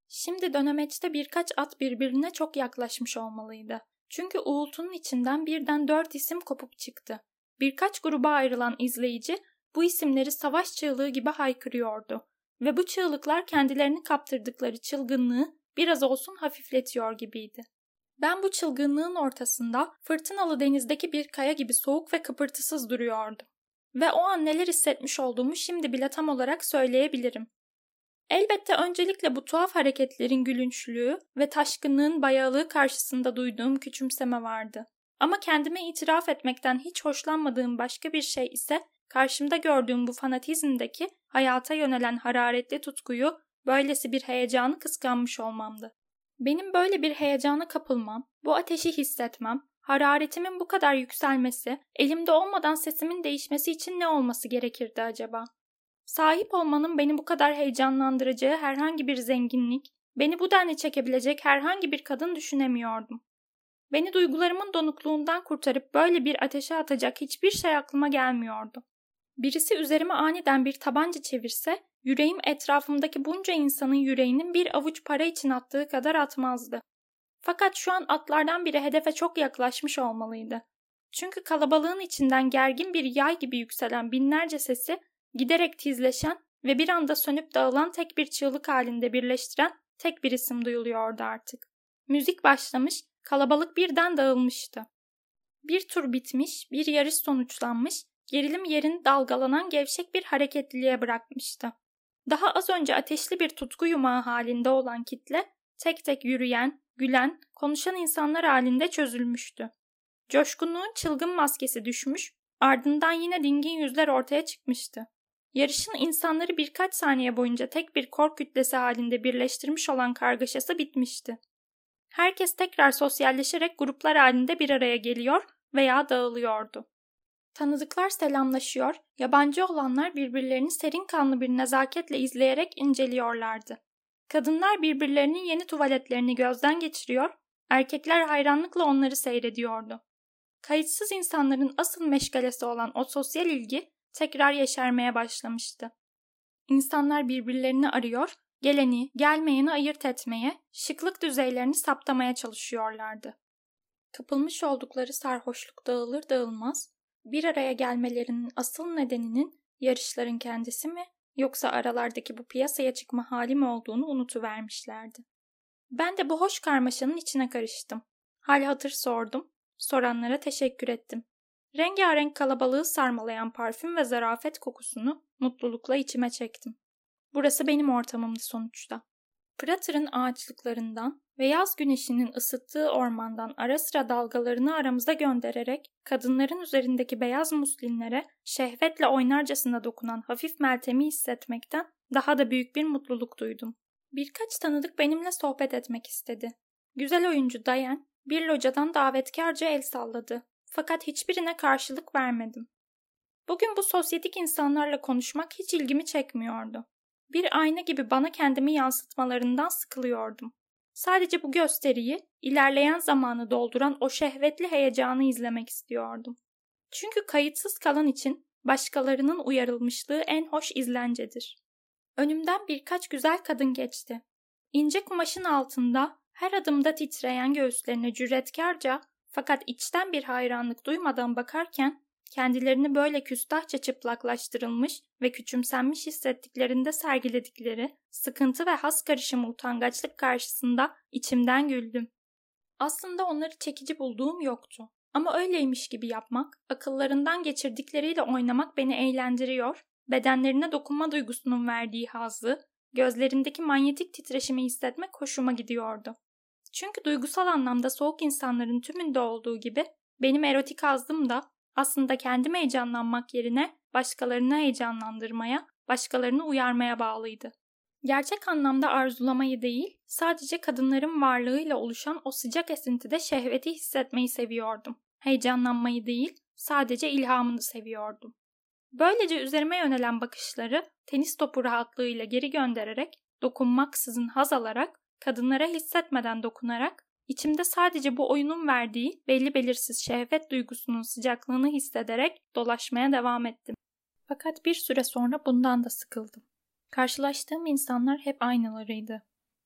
Şimdi dönemeçte birkaç at birbirine çok yaklaşmış olmalıydı. Çünkü uğultunun içinden birden dört isim kopup çıktı. Birkaç gruba ayrılan izleyici bu isimleri savaş çığlığı gibi haykırıyordu. Ve bu çığlıklar kendilerini kaptırdıkları çılgınlığı biraz olsun hafifletiyor gibiydi. Ben bu çılgınlığın ortasında fırtınalı denizdeki bir kaya gibi soğuk ve kıpırtısız duruyordum. Ve o an neler hissetmiş olduğumu şimdi bile tam olarak söyleyebilirim. Elbette öncelikle bu tuhaf hareketlerin gülünçlüğü ve taşkınlığın bayağılığı karşısında duyduğum küçümseme vardı. Ama kendime itiraf etmekten hiç hoşlanmadığım başka bir şey ise karşımda gördüğüm bu fanatizmdeki hayata yönelen hararetli tutkuyu, böylesi bir heyecanı kıskanmış olmamdı. Benim böyle bir heyecana kapılmam, bu ateşi hissetmem, hararetimin bu kadar yükselmesi, elimde olmadan sesimin değişmesi için ne olması gerekirdi acaba? Sahip olmanın beni bu kadar heyecanlandıracağı herhangi bir zenginlik, beni bu denli çekebilecek herhangi bir kadın düşünemiyordum. Beni duygularımın donukluğundan kurtarıp böyle bir ateşe atacak hiçbir şey aklıma gelmiyordu. Birisi üzerime aniden bir tabanca çevirse, yüreğim etrafımdaki bunca insanın yüreğinin bir avuç para için attığı kadar atmazdı. Fakat şu an atlardan biri hedefe çok yaklaşmış olmalıydı. Çünkü kalabalığın içinden gergin bir yay gibi yükselen binlerce sesi, giderek tizleşen ve bir anda sönüp dağılan tek bir çığlık halinde birleştiren tek bir isim duyuluyordu artık. Müzik başlamış, kalabalık birden dağılmıştı. Bir tur bitmiş, bir yarış sonuçlanmış, gerilim yerini dalgalanan gevşek bir hareketliliğe bırakmıştı. Daha az önce ateşli bir tutku yumağı halinde olan kitle, tek tek yürüyen, gülen, konuşan insanlar halinde çözülmüştü. Coşkunluğun çılgın maskesi düşmüş, ardından yine dingin yüzler ortaya çıkmıştı. Yarışın insanları birkaç saniye boyunca tek bir kor kütlesi halinde birleştirmiş olan kargaşası bitmişti. Herkes tekrar sosyalleşerek gruplar halinde bir araya geliyor veya dağılıyordu. Tanıdıklar selamlaşıyor, yabancı olanlar birbirlerini serin kanlı bir nezaketle izleyerek inceliyorlardı. Kadınlar birbirlerinin yeni tuvaletlerini gözden geçiriyor, erkekler hayranlıkla onları seyrediyordu. Kayıtsız insanların asıl meşgalesi olan o sosyal ilgi tekrar yeşermeye başlamıştı. İnsanlar birbirlerini arıyor, geleni, gelmeyeni ayırt etmeye, şıklık düzeylerini saptamaya çalışıyorlardı. Kapılmış oldukları sarhoşluk dağılır dağılmaz, bir araya gelmelerinin asıl nedeninin yarışların kendisi mi, yoksa aralardaki bu piyasaya çıkma hali mi olduğunu unutuvermişlerdi. Ben de bu hoş karmaşanın içine karıştım. Hal hatır sordum, soranlara teşekkür ettim. Rengarenk kalabalığı sarmalayan parfüm ve zarafet kokusunu mutlulukla içime çektim. Burası benim ortamımdı sonuçta. Pratır'ın ağaçlıklarından ve yaz güneşinin ısıttığı ormandan ara sıra dalgalarını aramıza göndererek kadınların üzerindeki beyaz muslinlere şehvetle oynarcasına dokunan hafif meltemi hissetmekten daha da büyük bir mutluluk duydum. Birkaç tanıdık benimle sohbet etmek istedi. Güzel oyuncu Diane bir locadan davetkarca el salladı. Fakat hiçbirine karşılık vermedim. Bugün bu sosyetik insanlarla konuşmak hiç ilgimi çekmiyordu. Bir ayna gibi bana kendimi yansıtmalarından sıkılıyordum. Sadece bu gösteriyi, ilerleyen zamanı dolduran o şehvetli heyecanı izlemek istiyordum. Çünkü kayıtsız kalan için başkalarının uyarılmışlığı en hoş izlencedir. Önümden birkaç güzel kadın geçti. İnce kumaşın altında her adımda titreyen göğüslerine cüretkarca fakat içten bir hayranlık duymadan bakarken kendilerini böyle küstahça çıplaklaştırılmış ve küçümsenmiş hissettiklerinde sergiledikleri sıkıntı ve has karışımı utangaçlık karşısında içimden güldüm. Aslında onları çekici bulduğum yoktu. Ama öyleymiş gibi yapmak, akıllarından geçirdikleriyle oynamak beni eğlendiriyor, bedenlerine dokunma duygusunun verdiği hazzı, gözlerindeki manyetik titreşimi hissetmek hoşuma gidiyordu. Çünkü duygusal anlamda soğuk insanların tümünde olduğu gibi benim erotik hazzım da aslında kendime heyecanlanmak yerine başkalarını heyecanlandırmaya, başkalarını uyarmaya bağlıydı. Gerçek anlamda arzulamayı değil, sadece kadınların varlığıyla oluşan o sıcak esintide şehveti hissetmeyi seviyordum. Heyecanlanmayı değil, sadece ilhamını seviyordum. Böylece üzerime yönelen bakışları tenis topu rahatlığıyla geri göndererek, dokunmaksızın haz alarak, kadınlara hissetmeden dokunarak, içimde sadece bu oyunun verdiği belli belirsiz şehvet duygusunun sıcaklığını hissederek dolaşmaya devam ettim. Fakat bir süre sonra bundan da sıkıldım. Karşılaştığım insanlar hep aynılarıydı.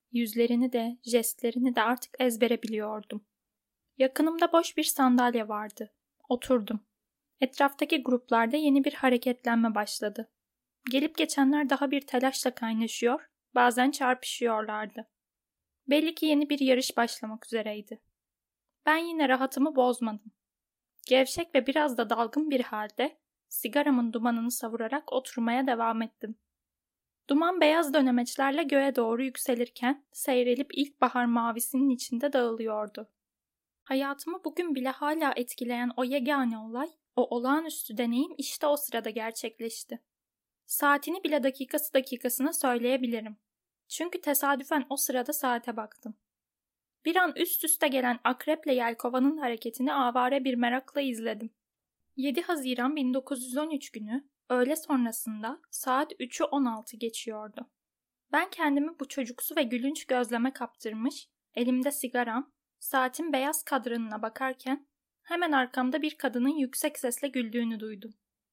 Yüzlerini de, jestlerini de artık ezbere biliyordum. Yakınımda boş bir sandalye vardı. Oturdum. Etraftaki gruplarda yeni bir hareketlenme başladı. Gelip geçenler daha bir telaşla kaynaşıyor, bazen çarpışıyorlardı. Belli ki yeni bir yarış başlamak üzereydi. Ben yine rahatımı bozmadım. Gevşek ve biraz da dalgın bir halde sigaramın dumanını savurarak oturmaya devam ettim. Duman beyaz dönemeçlerle göğe doğru yükselirken seyrelip ilkbahar mavisinin içinde dağılıyordu. Hayatımı bugün bile hala etkileyen o yegane olay, o olağanüstü deneyim işte o sırada gerçekleşti. Saatini bile dakikası dakikasına söyleyebilirim. Çünkü tesadüfen o sırada saate baktım. Bir an üst üste gelen akreple yelkovanın hareketini avare bir merakla izledim. yedi Haziran bin dokuz yüz on üç günü öğle sonrasında saat üçü on altı geçiyordu. Ben kendimi bu çocuksu ve gülünç gözleme kaptırmış, elimde sigaram, saatin beyaz kadranına bakarken hemen arkamda bir kadının yüksek sesle güldüğünü duydum.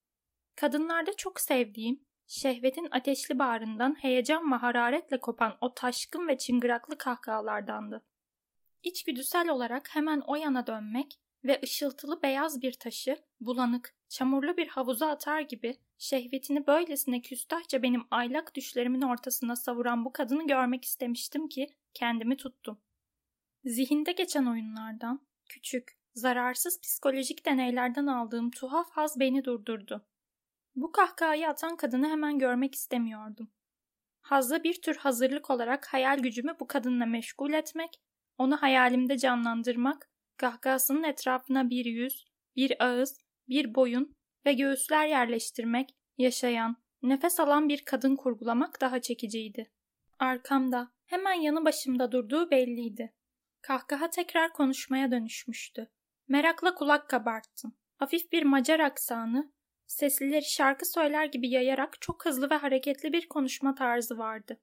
Kadınlarda çok sevdiğim, şehvetin ateşli bağrından heyecan ve hararetle kopan o taşkın ve çıngıraklı kahkahalardandı. İçgüdüsel olarak hemen o yana dönmek ve ışıltılı beyaz bir taşı bulanık, çamurlu bir havuza atar gibi şehvetini böylesine küstahça benim aylak düşlerimin ortasına savuran bu kadını görmek istemiştim ki kendimi tuttum. Zihinde geçen oyunlardan, küçük, zararsız psikolojik deneylerden aldığım tuhaf haz beni durdurdu. Bu kahkahayı atan kadını hemen görmek istemiyordum. Hazzı bir tür hazırlık olarak hayal gücümü bu kadınla meşgul etmek, onu hayalimde canlandırmak, kahkahasının etrafına bir yüz, bir ağız, bir boyun ve göğüsler yerleştirmek, yaşayan, nefes alan bir kadın kurgulamak daha çekiciydi. Arkamda, hemen yanı başımda durduğu belliydi. Kahkaha tekrar konuşmaya dönüşmüştü. Merakla kulak kabarttım. Hafif bir Macar aksanı, seslileri şarkı söyler gibi yayarak çok hızlı ve hareketli bir konuşma tarzı vardı.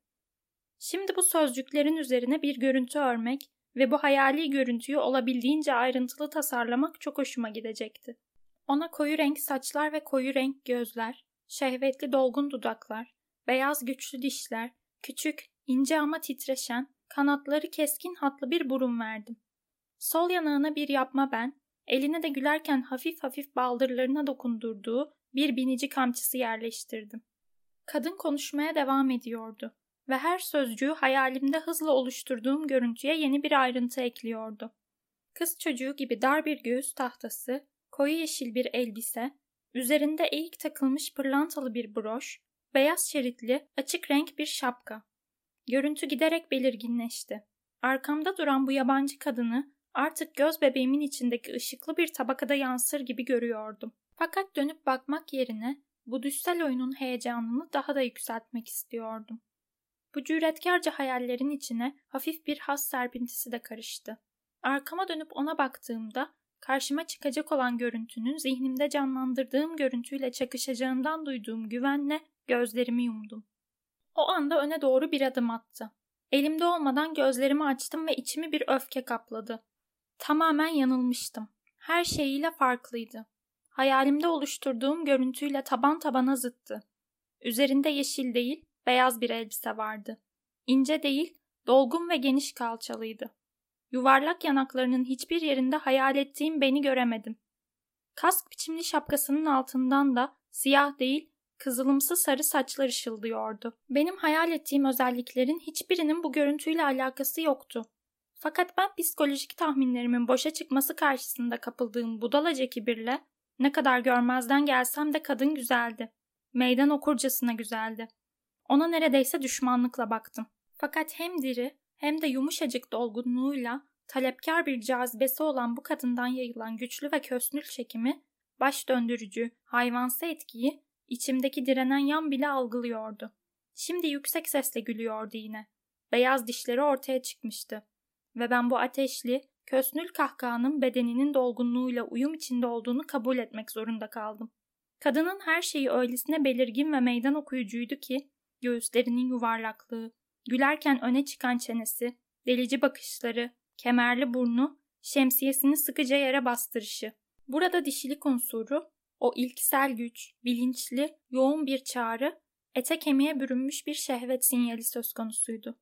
Şimdi bu sözcüklerin üzerine bir görüntü örmek ve bu hayali görüntüyü olabildiğince ayrıntılı tasarlamak çok hoşuma gidecekti. Ona koyu renk saçlar ve koyu renk gözler, şehvetli dolgun dudaklar, beyaz güçlü dişler, küçük, ince ama titreşen, kanatları keskin hatlı bir burun verdim. Sol yanağına bir yapma ben, eline de gülerken hafif hafif baldırlarına dokundurduğu bir binici kamçısı yerleştirdim. Kadın konuşmaya devam ediyordu ve her sözcüğü hayalimde hızla oluşturduğum görüntüye yeni bir ayrıntı ekliyordu. Kız çocuğu gibi dar bir göğüs tahtası, koyu yeşil bir elbise, üzerinde eğik takılmış pırlantalı bir broş, beyaz şeritli, açık renk bir şapka. Görüntü giderek belirginleşti. Arkamda duran bu yabancı kadını artık göz bebeğimin içindeki ışıklı bir tabakada yansır gibi görüyordum. Fakat dönüp bakmak yerine bu düşsel oyunun heyecanını daha da yükseltmek istiyordum. Bu cüretkarca hayallerin içine hafif bir haz serpintisi de karıştı. Arkama dönüp ona baktığımda karşıma çıkacak olan görüntünün zihnimde canlandırdığım görüntüyle çakışacağından duyduğum güvenle gözlerimi yumdum. O anda öne doğru bir adım attı. Elimde olmadan gözlerimi açtım ve içimi bir öfke kapladı. Tamamen yanılmıştım. Her şeyiyle farklıydı. Hayalimde oluşturduğum görüntüyle taban tabana zıttı. Üzerinde yeşil değil, beyaz bir elbise vardı. İnce değil, dolgun ve geniş kalçalıydı. Yuvarlak yanaklarının hiçbir yerinde hayal ettiğim beni göremedim. Kask biçimli şapkasının altından da siyah değil, kızılımsı sarı saçlar ışıldıyordu. Benim hayal ettiğim özelliklerin hiçbirinin bu görüntüyle alakası yoktu. Fakat ben psikolojik tahminlerimin boşa çıkması karşısında kapıldığım budalaca kibirle ne kadar görmezden gelsem de kadın güzeldi. Meydan okurcasına güzeldi. Ona neredeyse düşmanlıkla baktım. Fakat hem diri hem de yumuşacık dolgunluğuyla talepkar bir cazibesi olan bu kadından yayılan güçlü ve kösnül çekimi, baş döndürücü, hayvansı etkiyi içimdeki direnen yan bile algılıyordu. Şimdi yüksek sesle gülüyordu yine. Beyaz dişleri ortaya çıkmıştı. Ve ben bu ateşli, kösnül kahkahanın bedeninin dolgunluğuyla uyum içinde olduğunu kabul etmek zorunda kaldım. Kadının her şeyi öylesine belirgin ve meydan okuyucuydu ki, göğüslerinin yuvarlaklığı, gülerken öne çıkan çenesi, delici bakışları, kemerli burnu, şemsiyesini sıkıca yere bastırışı. Burada dişilik unsuru, o ilksel güç, bilinçli, yoğun bir çağrı, ete kemiğe bürünmüş bir şehvet sinyali söz konusuydu.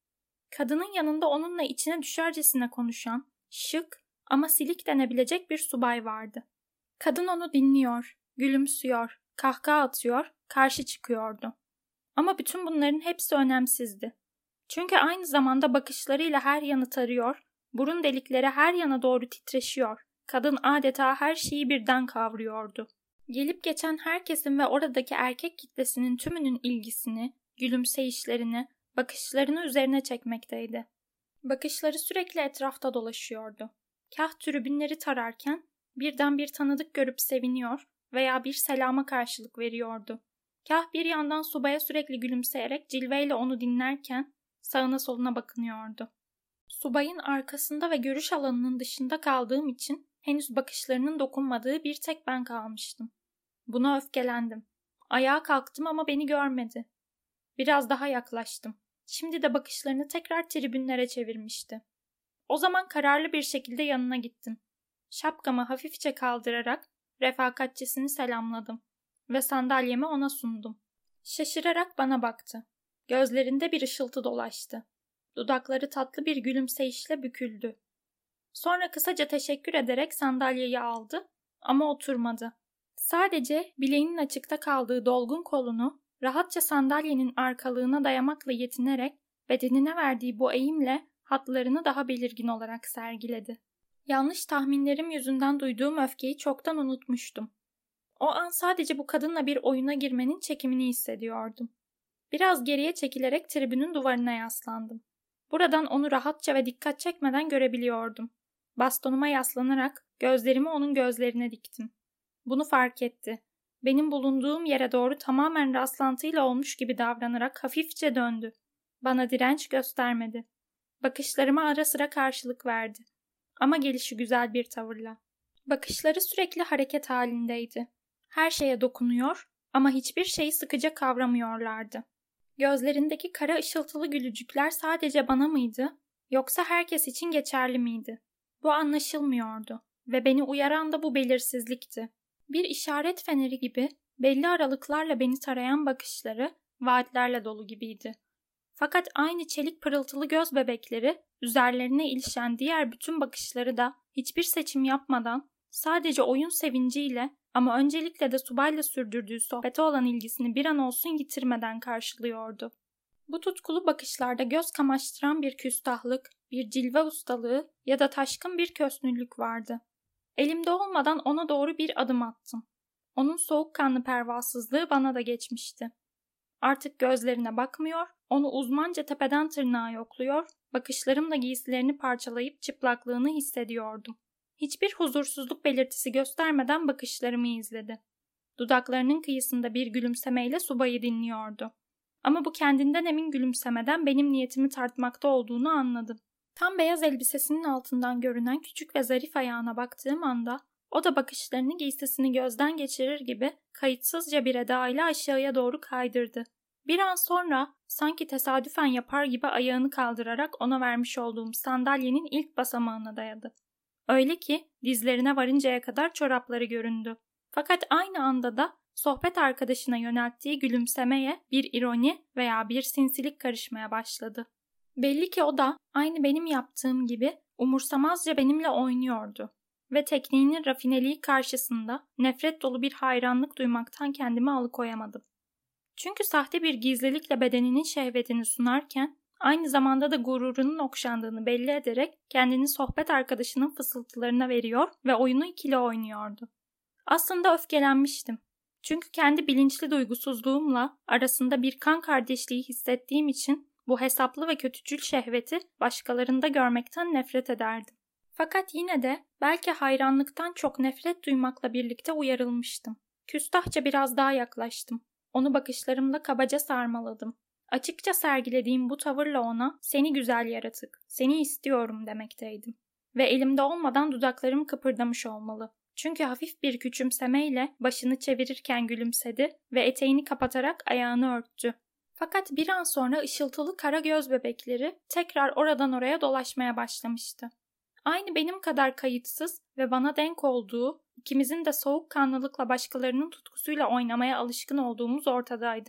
Kadının yanında onunla içine düşercesine konuşan, şık ama silik denebilecek bir subay vardı. Kadın onu dinliyor, gülümsüyor, kahkaha atıyor, karşı çıkıyordu. Ama bütün bunların hepsi önemsizdi. Çünkü aynı zamanda bakışlarıyla her yanı tarıyor, burun delikleri her yana doğru titreşiyor. Kadın adeta her şeyi birden kavruyordu. Gelip geçen herkesin ve oradaki erkek kitlesinin tümünün ilgisini, gülümseyişlerini, bakışlarını üzerine çekmekteydi. Bakışları sürekli etrafta dolaşıyordu. Kah tribünleri tararken birden bir tanıdık görüp seviniyor veya bir selama karşılık veriyordu. Kah bir yandan subaya sürekli gülümseyerek cilveyle onu dinlerken sağına soluna bakınıyordu. Subayın arkasında ve görüş alanının dışında kaldığım için henüz bakışlarının dokunmadığı bir tek ben kalmıştım. Buna öfkelendim. Ayağa kalktım ama beni görmedi. Biraz daha yaklaştım. Şimdi de bakışlarını tekrar tribünlere çevirmişti. O zaman kararlı bir şekilde yanına gittim. Şapkamı hafifçe kaldırarak refakatçisini selamladım ve sandalyemi ona sundum. Şaşırarak bana baktı. Gözlerinde bir ışıltı dolaştı. Dudakları tatlı bir gülümseyişle büküldü. Sonra kısaca teşekkür ederek sandalyeyi aldı ama oturmadı. Sadece bileğinin açıkta kaldığı dolgun kolunu rahatça sandalyenin arkalığına dayamakla yetinerek bedenine verdiği bu eğimle hatlarını daha belirgin olarak sergiledi. Yanlış tahminlerim yüzünden duyduğum öfkeyi çoktan unutmuştum. O an sadece bu kadınla bir oyuna girmenin çekimini hissediyordum. Biraz geriye çekilerek tribünün duvarına yaslandım. Buradan onu rahatça ve dikkat çekmeden görebiliyordum. Bastonuma yaslanarak gözlerimi onun gözlerine diktim. Bunu fark etti. Benim bulunduğum yere doğru tamamen rastlantıyla olmuş gibi davranarak hafifçe döndü. Bana direnç göstermedi. Bakışlarıma ara sıra karşılık verdi. Ama gelişi güzel bir tavırla. Bakışları sürekli hareket halindeydi. Her şeye dokunuyor ama hiçbir şeyi sıkıca kavramıyorlardı. Gözlerindeki kara ışıltılı gülücükler sadece bana mıydı, yoksa herkes için geçerli miydi? Bu anlaşılmıyordu ve beni uyaran da bu belirsizlikti. Bir işaret feneri gibi belli aralıklarla beni tarayan bakışları vaatlerle dolu gibiydi. Fakat aynı çelik pırıltılı göz bebekleri üzerlerine ilişen diğer bütün bakışları da hiçbir seçim yapmadan sadece oyun sevinciyle ama öncelikle de subayla sürdürdüğü sohbete olan ilgisini bir an olsun yitirmeden karşılıyordu. Bu tutkulu bakışlarda göz kamaştıran bir küstahlık, bir cilve ustalığı ya da taşkın bir kösnüllük vardı. Elimde olmadan ona doğru bir adım attım. Onun soğukkanlı pervasızlığı bana da geçmişti. Artık gözlerine bakmıyor, onu uzmanca tepeden tırnağa yokluyor, bakışlarımla giysilerini parçalayıp çıplaklığını hissediyordum. Hiçbir huzursuzluk belirtisi göstermeden bakışlarımı izledi. Dudaklarının kıyısında bir gülümsemeyle subayı dinliyordu. Ama bu kendinden emin gülümsemeden benim niyetimi tartmakta olduğunu anladım. Tam beyaz elbisesinin altından görünen küçük ve zarif ayağına baktığım anda o da bakışlarını giysisini gözden geçirir gibi kayıtsızca bir edayla aşağıya doğru kaydırdı. Bir an sonra sanki tesadüfen yapar gibi ayağını kaldırarak ona vermiş olduğum sandalyenin ilk basamağına dayadı. Öyle ki dizlerine varıncaya kadar çorapları göründü. Fakat aynı anda da sohbet arkadaşına yönelttiği gülümsemeye bir ironi veya bir sinsilik karışmaya başladı. Belli ki o da aynı benim yaptığım gibi umursamazca benimle oynuyordu ve tekniğinin rafineliği karşısında nefret dolu bir hayranlık duymaktan kendimi alıkoyamadım. Çünkü sahte bir gizlilikle bedeninin şehvetini sunarken aynı zamanda da gururunun okşandığını belli ederek kendini sohbet arkadaşının fısıltılarına veriyor ve oyunu ikili oynuyordu. Aslında öfkelenmiştim. Çünkü kendi bilinçli duygusuzluğumla arasında bir kan kardeşliği hissettiğim için bu hesaplı ve kötücül şehveti başkalarında görmekten nefret ederdim. Fakat yine de belki hayranlıktan çok nefret duymakla birlikte uyarılmıştım. Küstahça biraz daha yaklaştım. Onu bakışlarımla kabaca sarmaladım. Açıkça sergilediğim bu tavırla ona "Seni güzel yaratık, seni istiyorum" demekteydim. Ve elimde olmadan dudaklarım kıpırdamış olmalı. Çünkü hafif bir küçümsemeyle başını çevirirken gülümsedi ve eteğini kapatarak ayağını örttü. Fakat bir an sonra ışıltılı kara göz bebekleri tekrar oradan oraya dolaşmaya başlamıştı. Aynı benim kadar kayıtsız ve bana denk olduğu, ikimizin de soğukkanlılıkla başkalarının tutkusuyla oynamaya alışkın olduğumuz ortadaydı.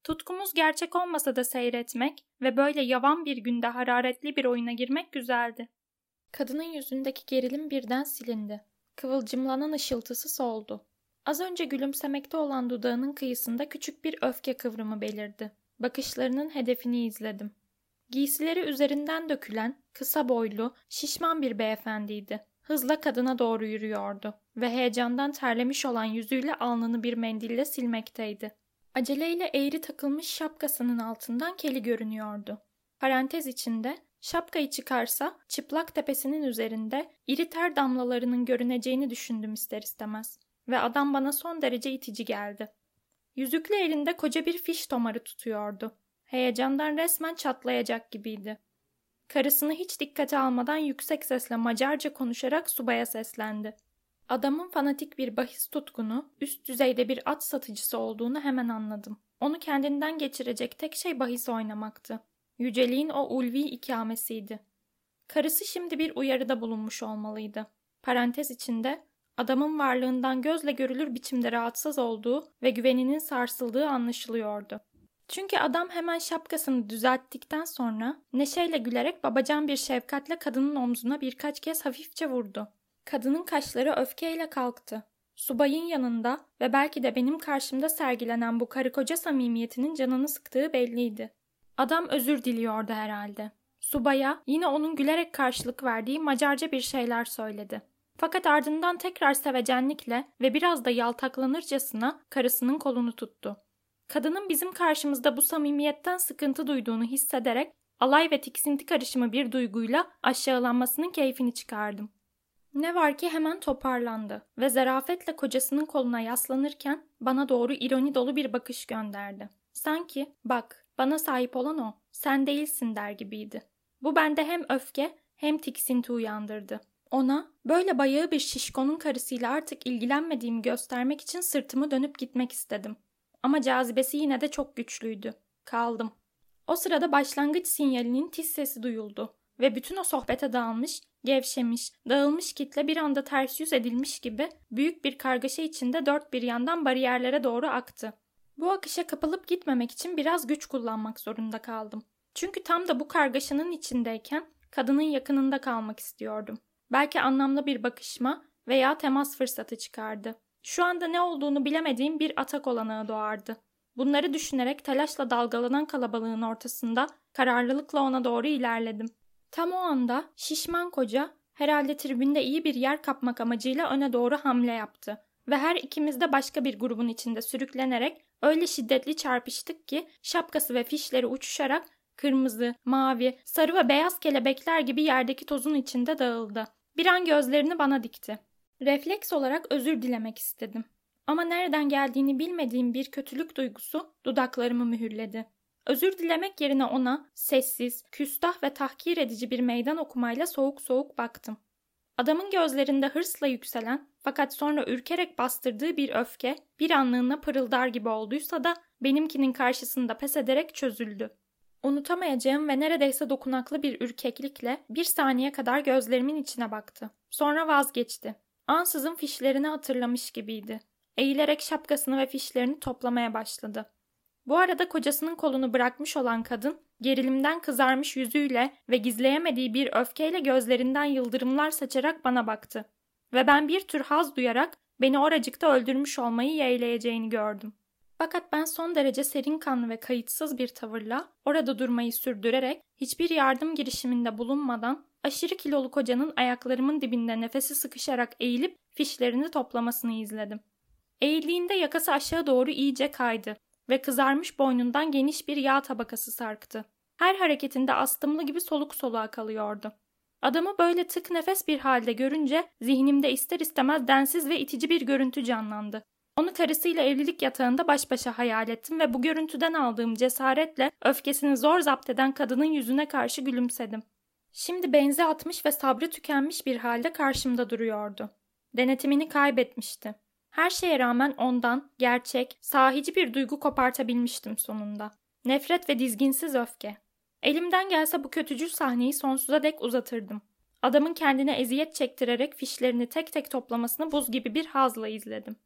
Tutkumuz gerçek olmasa da seyretmek ve böyle yavan bir günde hararetli bir oyuna girmek güzeldi. Kadının yüzündeki gerilim birden silindi. Kıvılcımlanan ışıltısı soldu. Az önce gülümsemekte olan dudağının kıyısında küçük bir öfke kıvrımı belirdi. Bakışlarının hedefini izledim. Giysileri üzerinden dökülen, kısa boylu, şişman bir beyefendiydi. Hızla kadına doğru yürüyordu ve heyecandan terlemiş olan yüzüyle alnını bir mendille silmekteydi. Aceleyle eğri takılmış şapkasının altından keli görünüyordu. Parantez içinde, şapkayı çıkarsa çıplak tepesinin üzerinde iri ter damlalarının görüneceğini düşündüm ister istemez. Ve adam bana son derece itici geldi. Yüzüklü elinde koca bir fiş tomarı tutuyordu. Heyecandan resmen çatlayacak gibiydi. Karısını hiç dikkate almadan yüksek sesle Macarca konuşarak subaya seslendi. Adamın fanatik bir bahis tutkunu, üst düzeyde bir at satıcısı olduğunu hemen anladım. Onu kendinden geçirecek tek şey bahis oynamaktı. Yüceliğin o ulvi ikamesiydi. Karısı şimdi bir uyarıda bulunmuş olmalıydı. Parantez içinde, adamın varlığından gözle görülür biçimde rahatsız olduğu ve güveninin sarsıldığı anlaşılıyordu. Çünkü adam hemen şapkasını düzelttikten sonra neşeyle gülerek babacan bir şefkatle kadının omzuna birkaç kez hafifçe vurdu. Kadının kaşları öfkeyle kalktı. Subayın yanında ve belki de benim karşımda sergilenen bu karı koca samimiyetinin canını sıktığı belliydi. Adam özür diliyordu herhalde. Subaya yine onun gülerek karşılık verdiği Macarca bir şeyler söyledi. Fakat ardından tekrar sevecenlikle ve biraz da yaltaklanırcasına karısının kolunu tuttu. Kadının bizim karşımızda bu samimiyetten sıkıntı duyduğunu hissederek alay ve tiksinti karışımı bir duyguyla aşağılanmasının keyfini çıkardım. Ne var ki hemen toparlandı ve zarafetle kocasının koluna yaslanırken bana doğru ironi dolu bir bakış gönderdi. Sanki bak bana sahip olan o, sen değilsin der gibiydi. Bu bende hem öfke hem tiksinti uyandırdı. Ona böyle bayağı bir şişkonun karısıyla artık ilgilenmediğimi göstermek için sırtımı dönüp gitmek istedim. Ama cazibesi yine de çok güçlüydü. Kaldım. O sırada başlangıç sinyalinin tiz sesi duyuldu ve bütün o sohbete dalmış, gevşemiş, dağılmış kitle bir anda ters yüz edilmiş gibi büyük bir kargaşa içinde dört bir yandan bariyerlere doğru aktı. Bu akışa kapılıp gitmemek için biraz güç kullanmak zorunda kaldım. Çünkü tam da bu kargaşanın içindeyken kadının yakınında kalmak istiyordum. Belki anlamlı bir bakışma veya temas fırsatı çıkardı. Şu anda ne olduğunu bilemediğim bir atak olanağı doğardı. Bunları düşünerek telaşla dalgalanan kalabalığın ortasında kararlılıkla ona doğru ilerledim. Tam o anda şişman koca herhalde tribünde iyi bir yer kapmak amacıyla öne doğru hamle yaptı. Ve her ikimiz de başka bir grubun içinde sürüklenerek öyle şiddetli çarpıştık ki şapkası ve fişleri uçuşarak kırmızı, mavi, sarı ve beyaz kelebekler gibi yerdeki tozun içinde dağıldı. Bir an gözlerini bana dikti. Refleks olarak özür dilemek istedim. Ama nereden geldiğini bilmediğim bir kötülük duygusu dudaklarımı mühürledi. Özür dilemek yerine ona sessiz, küstah ve tahkir edici bir meydan okumayla soğuk soğuk baktım. Adamın gözlerinde hırsla yükselen fakat sonra ürkerek bastırdığı bir öfke bir anlığına pırıldar gibi olduysa da benimkinin karşısında pes ederek çözüldü. Unutamayacağım ve neredeyse dokunaklı bir ürkeklikle bir saniye kadar gözlerimin içine baktı. Sonra vazgeçti. Ansızın fişlerini hatırlamış gibiydi. Eğilerek şapkasını ve fişlerini toplamaya başladı. Bu arada kocasının kolunu bırakmış olan kadın gerilimden kızarmış yüzüyle ve gizleyemediği bir öfkeyle gözlerinden yıldırımlar saçarak bana baktı. Ve ben bir tür haz duyarak beni oracıkta öldürmüş olmayı yeğleyeceğini gördüm. Fakat ben son derece serin kanlı ve kayıtsız bir tavırla orada durmayı sürdürerek hiçbir yardım girişiminde bulunmadan aşırı kilolu kocanın ayaklarımın dibinde nefesi sıkışarak eğilip fişlerini toplamasını izledim. Eğildiğinde yakası aşağı doğru iyice kaydı ve kızarmış boynundan geniş bir yağ tabakası sarktı. Her hareketinde astımlı gibi soluk soluğa kalıyordu. Adamı böyle tık nefes bir halde görünce zihnimde ister istemez densiz ve itici bir görüntü canlandı. Onu karısıyla evlilik yatağında baş başa hayal ettim ve bu görüntüden aldığım cesaretle öfkesini zor zapt eden kadının yüzüne karşı gülümsedim. Şimdi benzi atmış ve sabrı tükenmiş bir halde karşımda duruyordu. Denetimini kaybetmişti. Her şeye rağmen ondan gerçek, sahici bir duygu kopartabilmiştim sonunda. Nefret ve dizginsiz öfke. Elimden gelse bu kötücül sahneyi sonsuza dek uzatırdım. Adamın kendine eziyet çektirerek fişlerini tek tek toplamasını buz gibi bir hazla izledim.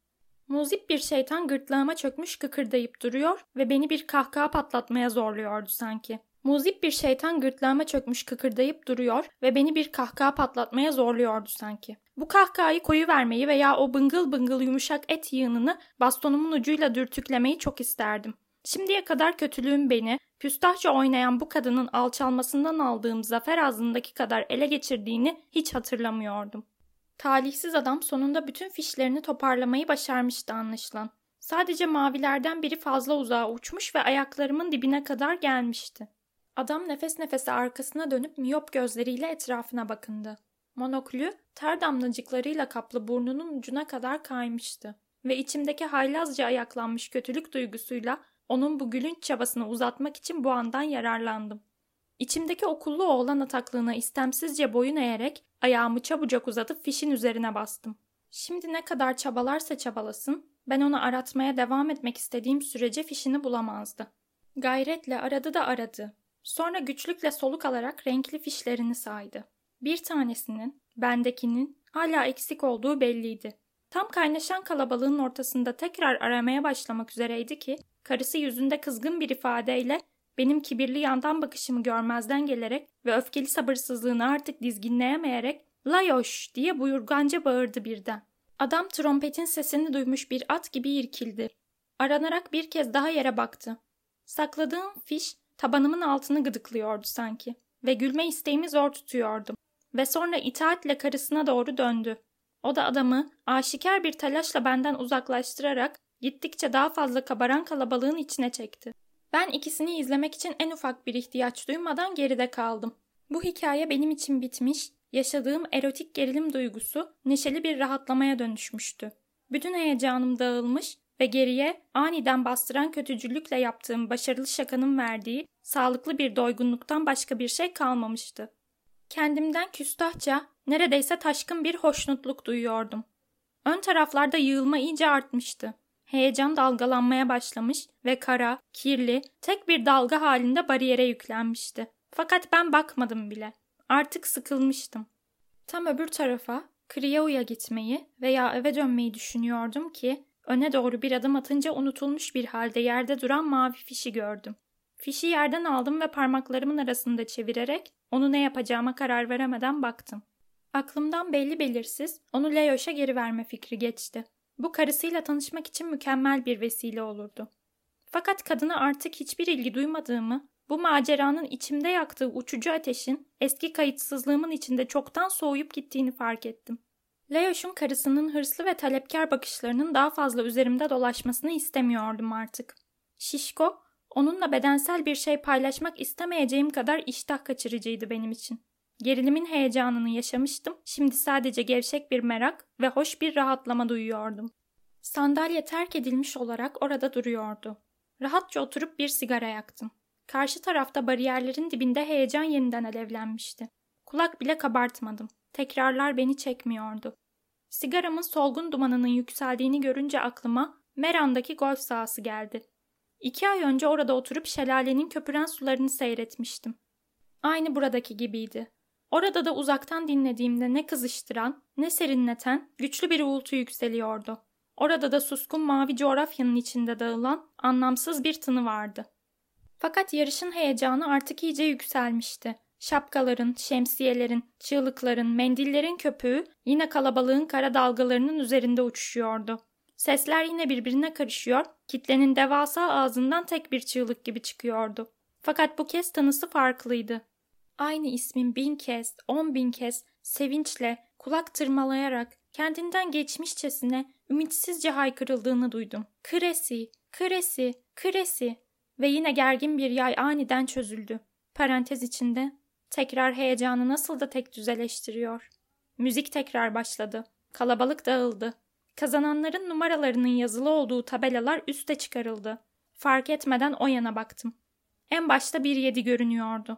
Muzip bir şeytan gırtlağıma çökmüş kıkırdayıp duruyor ve beni bir kahkaha patlatmaya zorluyordu sanki. Muzip bir şeytan gırtlağıma çökmüş kıkırdayıp duruyor ve beni bir kahkaha patlatmaya zorluyordu sanki. Bu kahkahayı koyuvermeyi veya o bıngıl bıngıl yumuşak et yığınını bastonumun ucuyla dürtüklemeyi çok isterdim. Şimdiye kadar kötülüğün beni, küstahça oynayan bu kadının alçalmasından aldığım zafer ağzındaki kadar ele geçirdiğini hiç hatırlamıyordum. Talihsiz adam sonunda bütün fişlerini toparlamayı başarmıştı anlaşılan. Sadece mavilerden biri fazla uzağa uçmuş ve ayaklarımın dibine kadar gelmişti. Adam nefes nefese arkasına dönüp miyop gözleriyle etrafına bakındı. Monoklü, ter damlacıklarıyla kaplı burnunun ucuna kadar kaymıştı. Ve içimdeki haylazca ayaklanmış kötülük duygusuyla onun bu gülünç çabasını uzatmak için bu andan yararlandım. İçimdeki okullu oğlan ataklığına istemsizce boyun eğerek ayağımı çabucak uzatıp fişin üzerine bastım. Şimdi ne kadar çabalarsa çabalasın, ben onu aratmaya devam etmek istediğim sürece fişini bulamazdı. Gayretle aradı da aradı. Sonra güçlükle soluk alarak renkli fişlerini saydı. Bir tanesinin, bendekinin hala eksik olduğu belliydi. Tam kaynaşan kalabalığın ortasında tekrar aramaya başlamak üzereydi ki, karısı yüzünde kızgın bir ifadeyle benim kibirli yandan bakışımı görmezden gelerek ve öfkeli sabırsızlığını artık dizginleyemeyerek "Layoş!" diye buyurganca bağırdı birden. Adam trompetin sesini duymuş bir at gibi irkildi. Aranarak bir kez daha yere baktı. Sakladığım fiş tabanımın altını gıdıklıyordu sanki ve gülme isteğimi zor tutuyordum. Ve sonra itaatle karısına doğru döndü. O da adamı aşikar bir telaşla benden uzaklaştırarak gittikçe daha fazla kabaran kalabalığın içine çekti. Ben ikisini izlemek için en ufak bir ihtiyaç duymadan geride kaldım. Bu hikaye benim için bitmiş, yaşadığım erotik gerilim duygusu neşeli bir rahatlamaya dönüşmüştü. Bütün heyecanım dağılmış ve geriye aniden bastıran kötücüllükle yaptığım başarılı şakanın verdiği sağlıklı bir doygunluktan başka bir şey kalmamıştı. Kendimden küstahça, neredeyse taşkın bir hoşnutluk duyuyordum. Ön taraflarda yığılma iyice artmıştı. Heyecan dalgalanmaya başlamış ve kara, kirli, tek bir dalga halinde bariyere yüklenmişti. Fakat ben bakmadım bile. Artık sıkılmıştım. Tam öbür tarafa, Kriyau'ya gitmeyi veya eve dönmeyi düşünüyordum ki, öne doğru bir adım atınca unutulmuş bir halde yerde duran mavi fişi gördüm. Fişi yerden aldım ve parmaklarımın arasında çevirerek onu ne yapacağıma karar veremeden baktım. Aklımdan belli belirsiz onu Layoş'a geri verme fikri geçti. Bu karısıyla tanışmak için mükemmel bir vesile olurdu. Fakat kadına artık hiçbir ilgi duymadığımı, bu maceranın içimde yaktığı uçucu ateşin eski kayıtsızlığımın içinde çoktan soğuyup gittiğini fark ettim. Layoş'un karısının hırslı ve talepkar bakışlarının daha fazla üzerimde dolaşmasını istemiyordum artık. Şişko, onunla bedensel bir şey paylaşmak istemeyeceğim kadar iştah kaçırıcıydı benim için. Gerilimin heyecanını yaşamıştım, şimdi sadece gevşek bir merak ve hoş bir rahatlama duyuyordum. Sandalye terk edilmiş olarak orada duruyordu. Rahatça oturup bir sigara yaktım. Karşı tarafta bariyerlerin dibinde heyecan yeniden alevlenmişti. Kulak bile kabartmadım. Tekrarlar beni çekmiyordu. Sigaramın solgun dumanının yükseldiğini görünce aklıma Meran'daki golf sahası geldi. İki ay önce orada oturup şelalenin köpüren sularını seyretmiştim. Aynı buradaki gibiydi. Orada da uzaktan dinlediğimde ne kızıştıran, ne serinleten güçlü bir uğultu yükseliyordu. Orada da suskun mavi coğrafyanın içinde dağılan anlamsız bir tını vardı. Fakat yarışın heyecanı artık iyice yükselmişti. Şapkaların, şemsiyelerin, çığlıkların, mendillerin köpüğü yine kalabalığın kara dalgalarının üzerinde uçuşuyordu. Sesler yine birbirine karışıyor, kitlenin devasa ağzından tek bir çığlık gibi çıkıyordu. Fakat bu kez tanısı farklıydı. Aynı ismin bin kez, on bin kez, sevinçle, kulak tırmalayarak, kendinden geçmişçesine, ümitsizce haykırıldığını duydum. Kresi, kresi, kresi ve yine gergin bir yay aniden çözüldü. Parantez içinde, tekrar heyecanı nasıl da tek düzeleştiriyor. Müzik tekrar başladı. Kalabalık dağıldı. Kazananların numaralarının yazılı olduğu tabelalar üste çıkarıldı. Fark etmeden o yana baktım. En başta bir yedi görünüyordu.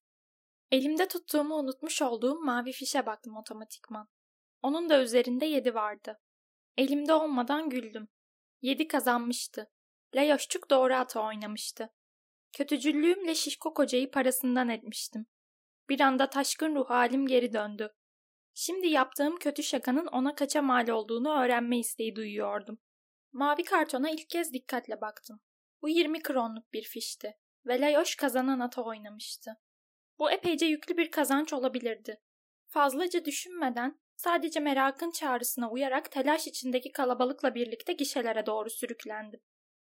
Elimde tuttuğumu unutmuş olduğum mavi fişe baktım otomatikman. Onun da üzerinde yedi vardı. Elimde olmadan güldüm. Yedi kazanmıştı. Layoşçuk doğru ata oynamıştı. Kötücüllüğümle şişko kocayı parasından etmiştim. Bir anda taşkın ruh halim geri döndü. Şimdi yaptığım kötü şakanın ona kaça mal olduğunu öğrenme isteği duyuyordum. Mavi kartona ilk kez dikkatle baktım. Bu yirmi kronluk bir fişti ve Layoş kazanan ata oynamıştı. Bu epeyce yüklü bir kazanç olabilirdi. Fazlaca düşünmeden, sadece merakın çağrısına uyarak telaş içindeki kalabalıkla birlikte gişelere doğru sürüklendim.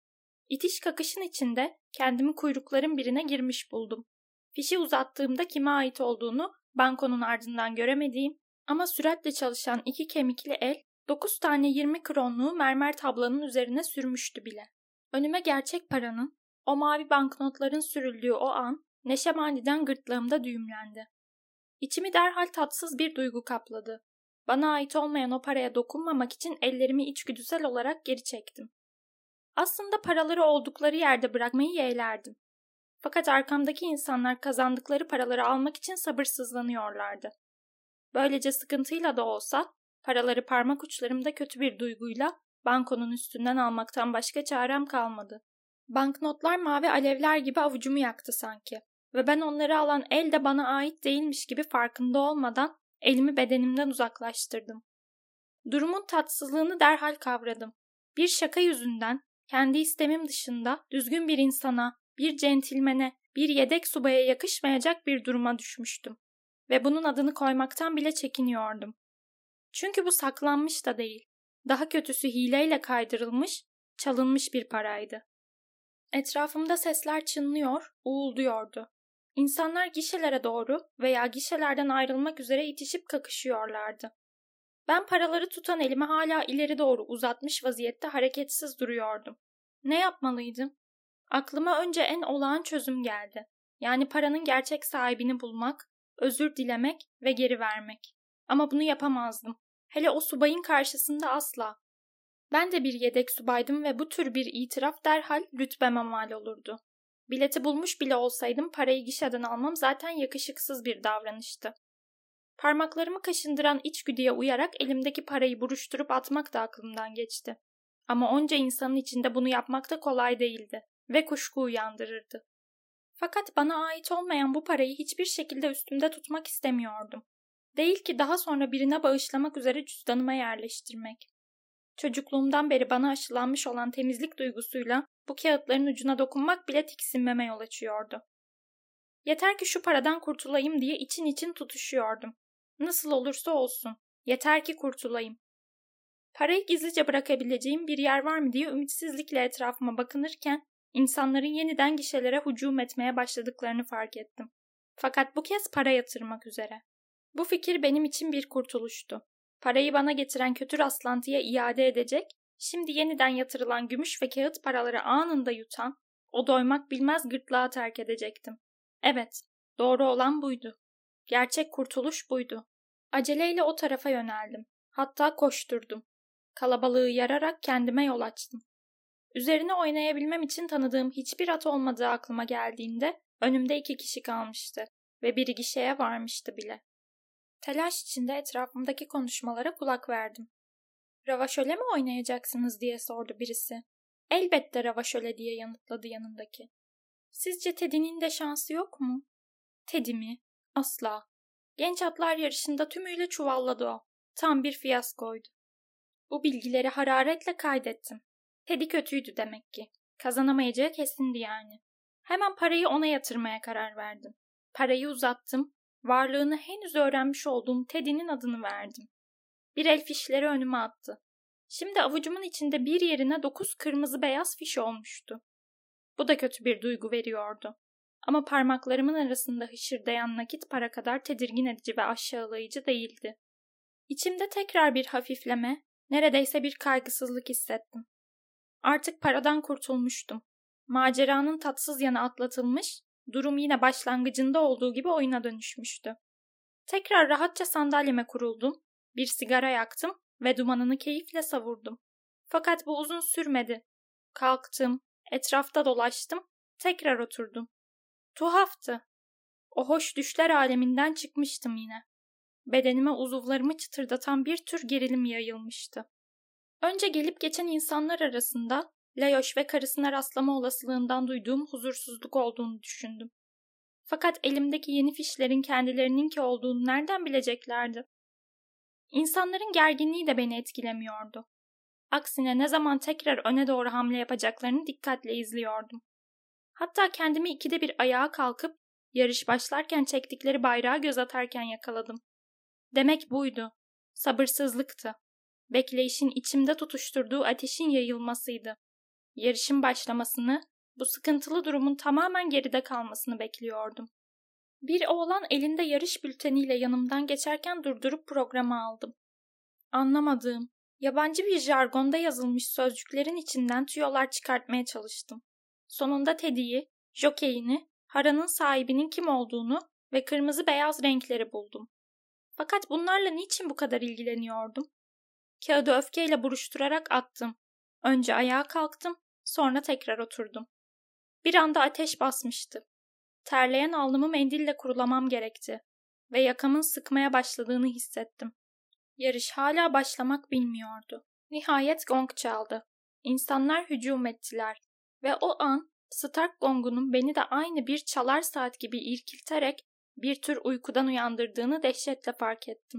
İtiş kakışın içinde kendimi kuyrukların birine girmiş buldum. Fişi uzattığımda kime ait olduğunu bankonun ardından göremediğim ama süratle çalışan iki kemikli el dokuz tane yirmi kronluğu mermer tablanın üzerine sürmüştü bile. Önüme gerçek paranın, o mavi banknotların sürüldüğü o an neşe maniden gırtlağımda düğümlendi. İçimi derhal tatsız bir duygu kapladı. Bana ait olmayan o paraya dokunmamak için ellerimi içgüdüsel olarak geri çektim. Aslında paraları oldukları yerde bırakmayı yeğlerdim. Fakat arkamdaki insanlar kazandıkları paraları almak için sabırsızlanıyorlardı. Böylece sıkıntıyla da olsa paraları parmak uçlarımda kötü bir duyguyla bankonun üstünden almaktan başka çarem kalmadı. Banknotlar mavi alevler gibi avucumu yaktı sanki ve ben onları alan el de bana ait değilmiş gibi farkında olmadan elimi bedenimden uzaklaştırdım. Durumun tatsızlığını derhal kavradım. Bir şaka yüzünden kendi istemim dışında düzgün bir insana, bir centilmene, bir yedek subaya yakışmayacak bir duruma düşmüştüm. Ve bunun adını koymaktan bile çekiniyordum. Çünkü bu saklanmış da değil. Daha kötüsü hileyle kaydırılmış, çalınmış bir paraydı. Etrafımda sesler çınlıyor, uğulduyordu. İnsanlar gişelere doğru veya gişelerden ayrılmak üzere itişip kakışıyorlardı. Ben paraları tutan elimi hala ileri doğru uzatmış vaziyette hareketsiz duruyordum. Ne yapmalıydım? Aklıma önce en olağan çözüm geldi. Yani paranın gerçek sahibini bulmak, özür dilemek ve geri vermek. Ama bunu yapamazdım. Hele o subayın karşısında asla. Ben de bir yedek subaydım ve bu tür bir itiraf derhal rütbeme mal olurdu. Bileti bulmuş bile olsaydım parayı gişeden almam zaten yakışıksız bir davranıştı. Parmaklarımı kaşındıran içgüdüye uyarak elimdeki parayı buruşturup atmak da aklımdan geçti. Ama onca insanın içinde bunu yapmak da kolay değildi ve kuşku uyandırırdı. Fakat bana ait olmayan bu parayı hiçbir şekilde üstümde tutmak istemiyordum. Değil ki daha sonra birine bağışlamak üzere cüzdanıma yerleştirmek. Çocukluğumdan beri bana aşılanmış olan temizlik duygusuyla bu kağıtların ucuna dokunmak bile tiksinmeme yol açıyordu. Yeter ki şu paradan kurtulayım diye için için tutuşuyordum. Nasıl olursa olsun, yeter ki kurtulayım. Parayı gizlice bırakabileceğim bir yer var mı diye ümitsizlikle etrafıma bakınırken insanların yeniden gişelere hücum etmeye başladıklarını fark ettim. Fakat bu kez para yatırmak üzere. Bu fikir benim için bir kurtuluştu. Parayı bana getiren kötü rastlantıya iade edecek, şimdi yeniden yatırılan gümüş ve kağıt paraları anında yutan, o doymak bilmez gırtlağı terk edecektim. Evet, doğru olan buydu. Gerçek kurtuluş buydu. Aceleyle o tarafa yöneldim. Hatta koşturdum. Kalabalığı yararak kendime yol açtım. Üzerine oynayabilmem için tanıdığım hiçbir at olmadığı aklıma geldiğinde önümde iki kişi kalmıştı ve biri gişeye varmıştı bile. Telaş içinde etrafımdaki konuşmalara kulak verdim. "Ravaşöle mi oynayacaksınız?" diye sordu birisi. "Elbette ravaşöle," diye yanıtladı yanındaki. "Sizce Teddy'nin de şansı yok mu?" "Teddy mi? Asla. Genç atlar yarışında tümüyle çuvalladı o. Tam bir fiyaskoydu." Bu bilgileri hararetle kaydettim. Teddy kötüydü demek ki. Kazanamayacağı kesindi yani. Hemen parayı ona yatırmaya karar verdim. Parayı uzattım. Varlığını henüz öğrenmiş olduğum Teddy'nin adını verdim. Bir el fişleri önüme attı. Şimdi avucumun içinde bir yerine dokuz kırmızı beyaz fiş olmuştu. Bu da kötü bir duygu veriyordu. Ama parmaklarımın arasında hışırdayan nakit para kadar tedirgin edici ve aşağılayıcı değildi. İçimde tekrar bir hafifleme, neredeyse bir kaygısızlık hissettim. Artık paradan kurtulmuştum. Maceranın tatsız yanı atlatılmış, durum yine başlangıcında olduğu gibi oyuna dönüşmüştü. Tekrar rahatça sandalyeme kuruldum, bir sigara yaktım ve dumanını keyifle savurdum. Fakat bu uzun sürmedi. Kalktım, etrafta dolaştım, tekrar oturdum. Tuhaftı. O hoş düşler aleminden çıkmıştım yine. Bedenime uzuvlarımı çıtırdatan bir tür gerilim yayılmıştı. Önce gelip geçen insanlar arasında Layoş ve karısına rastlama olasılığından duyduğum huzursuzluk olduğunu düşündüm. Fakat elimdeki yeni fişlerin kendilerininki olduğunu nereden bileceklerdi? İnsanların gerginliği de beni etkilemiyordu. Aksine ne zaman tekrar öne doğru hamle yapacaklarını dikkatle izliyordum. Hatta kendimi ikide bir ayağa kalkıp yarış başlarken çektikleri bayrağı göz atarken yakaladım. Demek buydu. Sabırsızlıktı. Bekleyişin içimde tutuşturduğu ateşin yayılmasıydı. Yarışın başlamasını, bu sıkıntılı durumun tamamen geride kalmasını bekliyordum. Bir oğlan elinde yarış bülteniyle yanımdan geçerken durdurup programı aldım. Anlamadığım, yabancı bir jargonda yazılmış sözcüklerin içinden tüyolar çıkartmaya çalıştım. Sonunda Teddy'yi, jokeyini, haranın sahibinin kim olduğunu ve kırmızı beyaz renkleri buldum. Fakat bunlarla niçin bu kadar ilgileniyordum? Kağıdı öfkeyle buruşturarak attım. Önce ayağa kalktım, sonra tekrar oturdum. Bir anda ateş basmıştı. Terleyen alnımı mendille kurulamam gerekti ve yakamın sıkmaya başladığını hissettim. Yarış hala başlamak bilmiyordu. Nihayet gong çaldı. İnsanlar hücum ettiler ve o an Stark gongunun beni de aynı bir çalar saat gibi irkilterek bir tür uykudan uyandırdığını dehşetle fark ettim.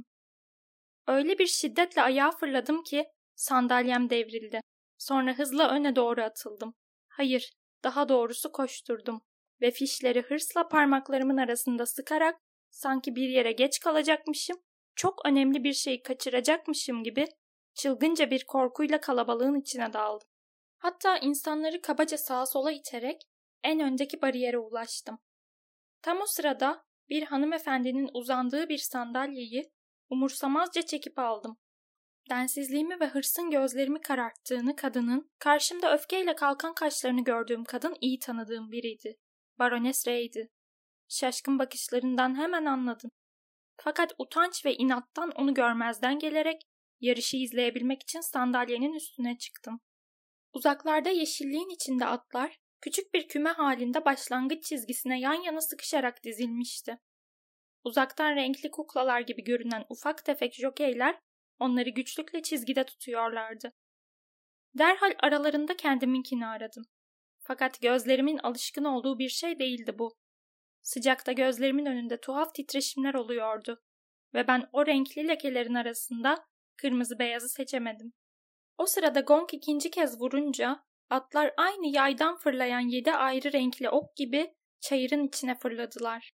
Öyle bir şiddetle ayağa fırladım ki sandalyem devrildi. Sonra hızla öne doğru atıldım. Hayır, daha doğrusu koşturdum ve fişleri hırsla parmaklarımın arasında sıkarak sanki bir yere geç kalacakmışım, çok önemli bir şeyi kaçıracakmışım gibi çılgınca bir korkuyla kalabalığın içine daldım. Hatta insanları kabaca sağa sola iterek en öndeki bariyere ulaştım. Tam o sırada bir hanımefendinin uzandığı bir sandalyeyi umursamazca çekip aldım. Densizliğimi ve hırsın gözlerimi kararttığını kadının, karşımda öfkeyle kalkan kaşlarını gördüğüm kadın iyi tanıdığım biriydi. Barones Rey'di. Şaşkın bakışlarından hemen anladım. Fakat utanç ve inattan onu görmezden gelerek yarışı izleyebilmek için sandalyenin üstüne çıktım. Uzaklarda yeşilliğin içinde atlar, küçük bir küme halinde başlangıç çizgisine yan yana sıkışarak dizilmişti. Uzaktan renkli kuklalar gibi görünen ufak tefek jokeyler onları güçlükle çizgide tutuyorlardı. Derhal aralarında kendiminkini aradım. Fakat gözlerimin alışkın olduğu bir şey değildi bu. Sıcakta gözlerimin önünde tuhaf titreşimler oluyordu ve ben o renkli lekelerin arasında kırmızı beyazı seçemedim. O sırada gong ikinci kez vurunca atlar aynı yaydan fırlayan yedi ayrı renkli ok gibi çayırın içine fırladılar.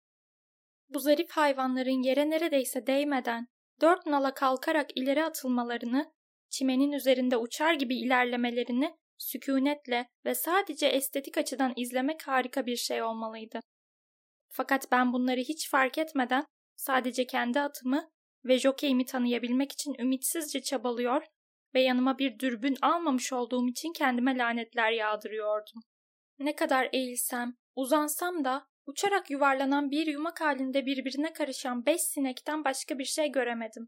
Bu zarif hayvanların yere neredeyse değmeden dört nala kalkarak ileri atılmalarını, çimenin üzerinde uçar gibi ilerlemelerini sükunetle ve sadece estetik açıdan izlemek harika bir şey olmalıydı. Fakat ben bunları hiç fark etmeden sadece kendi atımı ve jokeyimi tanıyabilmek için ümitsizce çabalıyor ve yanıma bir dürbün almamış olduğum için kendime lanetler yağdırıyordum. Ne kadar eğilsem, uzansam da uçarak yuvarlanan bir yumak halinde birbirine karışan beş sinekten başka bir şey göremedim.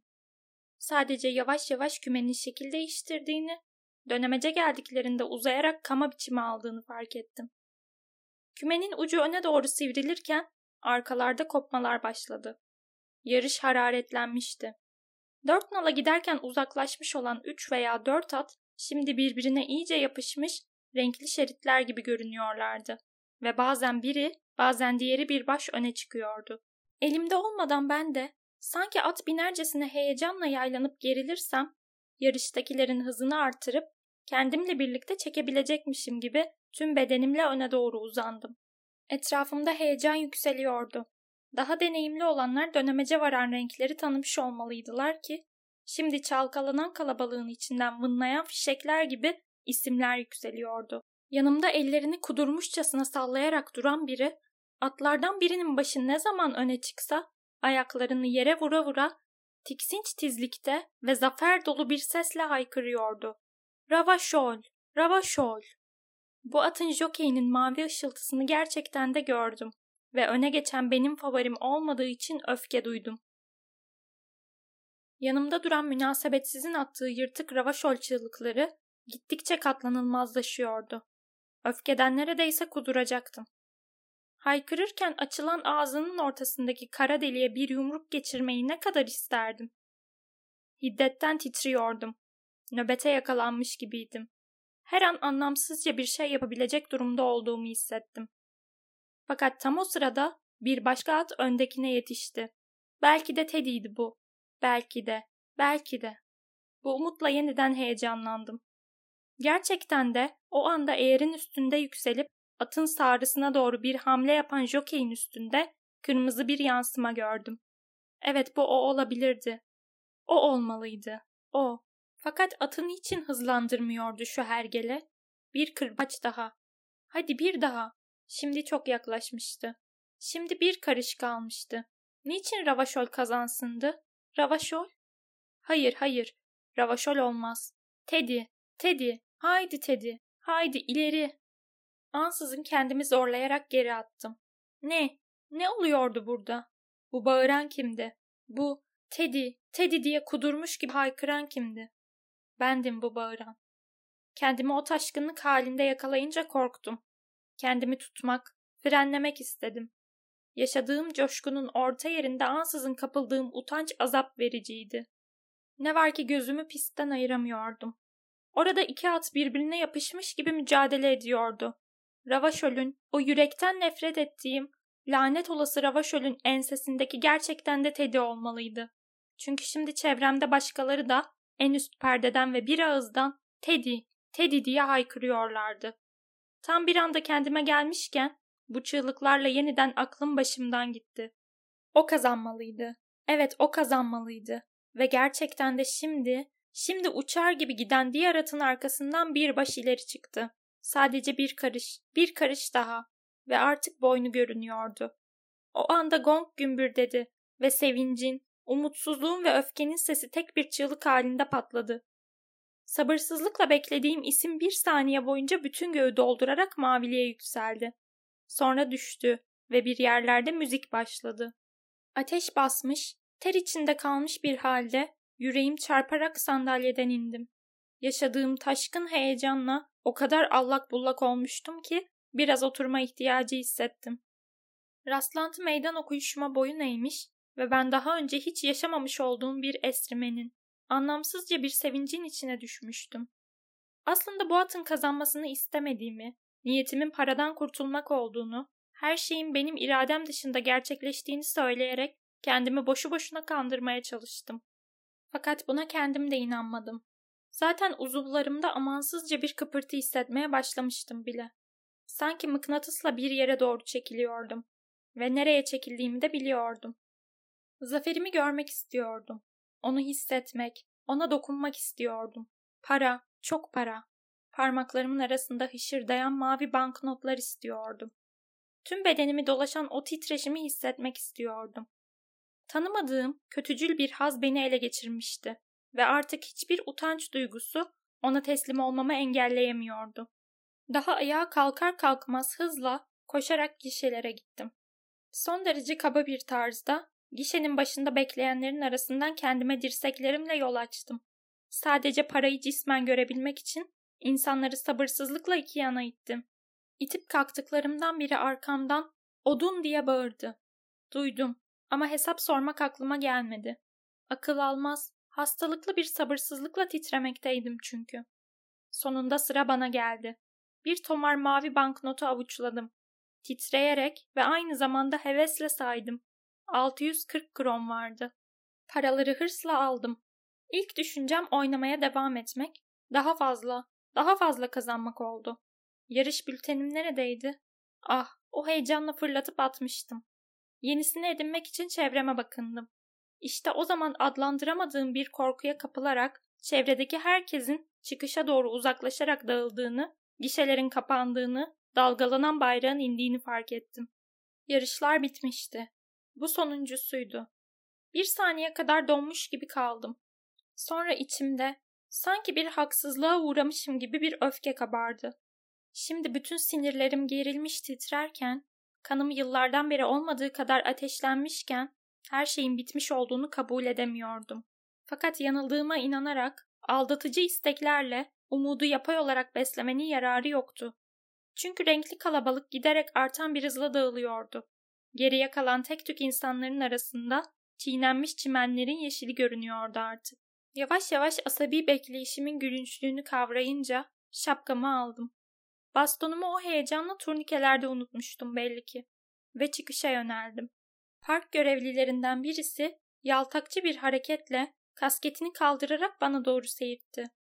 Sadece yavaş yavaş kümenin şekil değiştirdiğini, dönemece geldiklerinde uzayarak kama biçimi aldığını fark ettim. Kümenin ucu öne doğru sivrilirken arkalarda kopmalar başladı. Yarış hararetlenmişti. Dört nala giderken uzaklaşmış olan üç veya dört at şimdi birbirine iyice yapışmış renkli şeritler gibi görünüyorlardı ve bazen biri bazen diğeri bir baş öne çıkıyordu. Elimde olmadan ben de sanki at binercesine heyecanla yaylanıp gerilirsem yarıştakilerin hızını artırıp kendimle birlikte çekebilecekmişim gibi tüm bedenimle öne doğru uzandım. Etrafımda heyecan yükseliyordu. Daha deneyimli olanlar dönemece varan renkleri tanımış olmalıydılar ki şimdi çalkalanan kalabalığın içinden vınlayan fişekler gibi isimler yükseliyordu. Yanımda ellerini kudurmuşçasına sallayarak duran biri, atlardan birinin başı ne zaman öne çıksa ayaklarını yere vura vura tiksinç tizlikte ve zafer dolu bir sesle haykırıyordu. Ravaşol, Ravaşol. Bu atın jokeyinin mavi ışıltısını gerçekten de gördüm ve öne geçen benim favorim olmadığı için öfke duydum. Yanımda duran münasebetsizin attığı yırtık Ravaşol çığlıkları gittikçe katlanılmazlaşıyordu. Öfkeden neredeyse kuduracaktım. Haykırırken açılan ağzının ortasındaki kara deliğe bir yumruk geçirmeyi ne kadar isterdim. Hiddetten titriyordum. Nöbete yakalanmış gibiydim. Her an anlamsızca bir şey yapabilecek durumda olduğumu hissettim. Fakat tam o sırada bir başka at öndekine yetişti. Belki de Teddy'ydi bu. Belki de, belki de. Bu umutla yeniden heyecanlandım. Gerçekten de o anda eğerin üstünde yükselip atın sağrısına doğru bir hamle yapan jokeyin üstünde kırmızı bir yansıma gördüm. Evet, bu o olabilirdi. O olmalıydı. O. Fakat atı niçin hızlandırmıyordu şu hergele? Bir kırbaç daha. Hadi bir daha. Şimdi çok yaklaşmıştı. Şimdi bir karış kalmıştı. Niçin Ravaşol kazansındı? Ravaşol? Hayır, hayır. Ravaşol olmaz. Teddy, Teddy, haydi Teddy, haydi ileri. Ansızın kendimi zorlayarak geri attım. Ne? Ne oluyordu burada? Bu bağıran kimdi? Bu Teddy, Teddy diye kudurmuş gibi haykıran kimdi? Bendim bu bağıran. Kendimi o taşkınlık halinde yakalayınca korktum. Kendimi tutmak, frenlemek istedim. Yaşadığım coşkunun orta yerinde ansızın kapıldığım utanç azap vericiydi. Ne var ki gözümü pistten ayıramıyordum. Orada iki at birbirine yapışmış gibi mücadele ediyordu. Ravaşol'ün, o yürekten nefret ettiğim, lanet olası Ravaşol'ün ensesindeki gerçekten de Teddy olmalıydı. Çünkü şimdi çevremde başkaları da en üst perdeden ve bir ağızdan Teddy, Teddy diye haykırıyorlardı. Tam bir anda kendime gelmişken bu çığlıklarla yeniden aklım başımdan gitti. O kazanmalıydı. Evet, o kazanmalıydı. Ve gerçekten de şimdi, şimdi uçar gibi giden diğer atın arkasından bir baş ileri çıktı. Sadece bir karış, bir karış daha ve artık boynu görünüyordu. O anda gong gümbürdedi ve sevincin, umutsuzluğun ve öfkenin sesi tek bir çığlık halinde patladı. Sabırsızlıkla beklediğim isim bir saniye boyunca bütün göğü doldurarak maviliğe yükseldi. Sonra düştü ve bir yerlerde müzik başladı. Ateş basmış, ter içinde kalmış bir halde yüreğim çarparak sandalyeden indim. Yaşadığım taşkın heyecanla o kadar allak bullak olmuştum ki biraz oturma ihtiyacı hissettim. Rastlantı meydan okuyuşuma boyun eğmiş ve ben daha önce hiç yaşamamış olduğum bir esrimenin, anlamsızca bir sevincin içine düşmüştüm. Aslında bu atın kazanmasını istemediğimi, niyetimin paradan kurtulmak olduğunu, her şeyin benim iradem dışında gerçekleştiğini söyleyerek kendimi boşu boşuna kandırmaya çalıştım. Fakat buna kendim de inanmadım. Zaten uzuvlarımda amansızca bir kıpırtı hissetmeye başlamıştım bile. Sanki mıknatısla bir yere doğru çekiliyordum ve nereye çekildiğimi de biliyordum. Zaferimi görmek istiyordum. Onu hissetmek, ona dokunmak istiyordum. Para, çok para. Parmaklarımın arasında hışırdayan mavi banknotlar istiyordum. Tüm bedenimi dolaşan o titreşimi hissetmek istiyordum. Tanımadığım kötücül bir haz beni ele geçirmişti ve artık hiçbir utanç duygusu ona teslim olmamı engelleyemiyordu. Daha ayağa kalkar kalkmaz hızla koşarak gişelere gittim. Son derece kaba bir tarzda gişenin başında bekleyenlerin arasından kendime dirseklerimle yol açtım. Sadece parayı cismen görebilmek için insanları sabırsızlıkla iki yana ittim. İtip kalktıklarımdan biri arkamdan "Odun!" diye bağırdı. Duydum ama hesap sormak aklıma gelmedi. Akıl almaz, hastalıklı bir sabırsızlıkla titremekteydim çünkü. Sonunda sıra bana geldi. Bir tomar mavi banknotu avuçladım. Titreyerek ve aynı zamanda hevesle saydım. altı yüz kırk kron vardı. Paraları hırsla aldım. İlk düşüncem oynamaya devam etmek, daha fazla, daha fazla kazanmak oldu. Yarış bültenim neredeydi? Ah, o heyecanla fırlatıp atmıştım. Yenisini edinmek için çevreme bakındım. İşte o zaman adlandıramadığım bir korkuya kapılarak çevredeki herkesin çıkışa doğru uzaklaşarak dağıldığını, gişelerin kapandığını, dalgalanan bayrağın indiğini fark ettim. Yarışlar bitmişti. Bu sonuncusuydu. Bir saniye kadar donmuş gibi kaldım. Sonra içimde sanki bir haksızlığa uğramışım gibi bir öfke kabardı. Şimdi bütün sinirlerim gerilmiş titrerken, kanım yıllardan beri olmadığı kadar ateşlenmişken her şeyin bitmiş olduğunu kabul edemiyordum. Fakat yanıldığıma inanarak aldatıcı isteklerle umudu yapay olarak beslemenin yararı yoktu. Çünkü renkli kalabalık giderek artan bir hızla dağılıyordu. Geriye kalan tek tük insanların arasında çiğnenmiş çimenlerin yeşili görünüyordu artık. Yavaş yavaş asabi bekleyişimin gülünçlüğünü kavrayınca şapkamı aldım. Bastonumu o heyecanla turnikelerde unutmuştum belli ki ve çıkışa yöneldim. Park görevlilerinden birisi yaltakçı bir hareketle kasketini kaldırarak bana doğru seyirtti.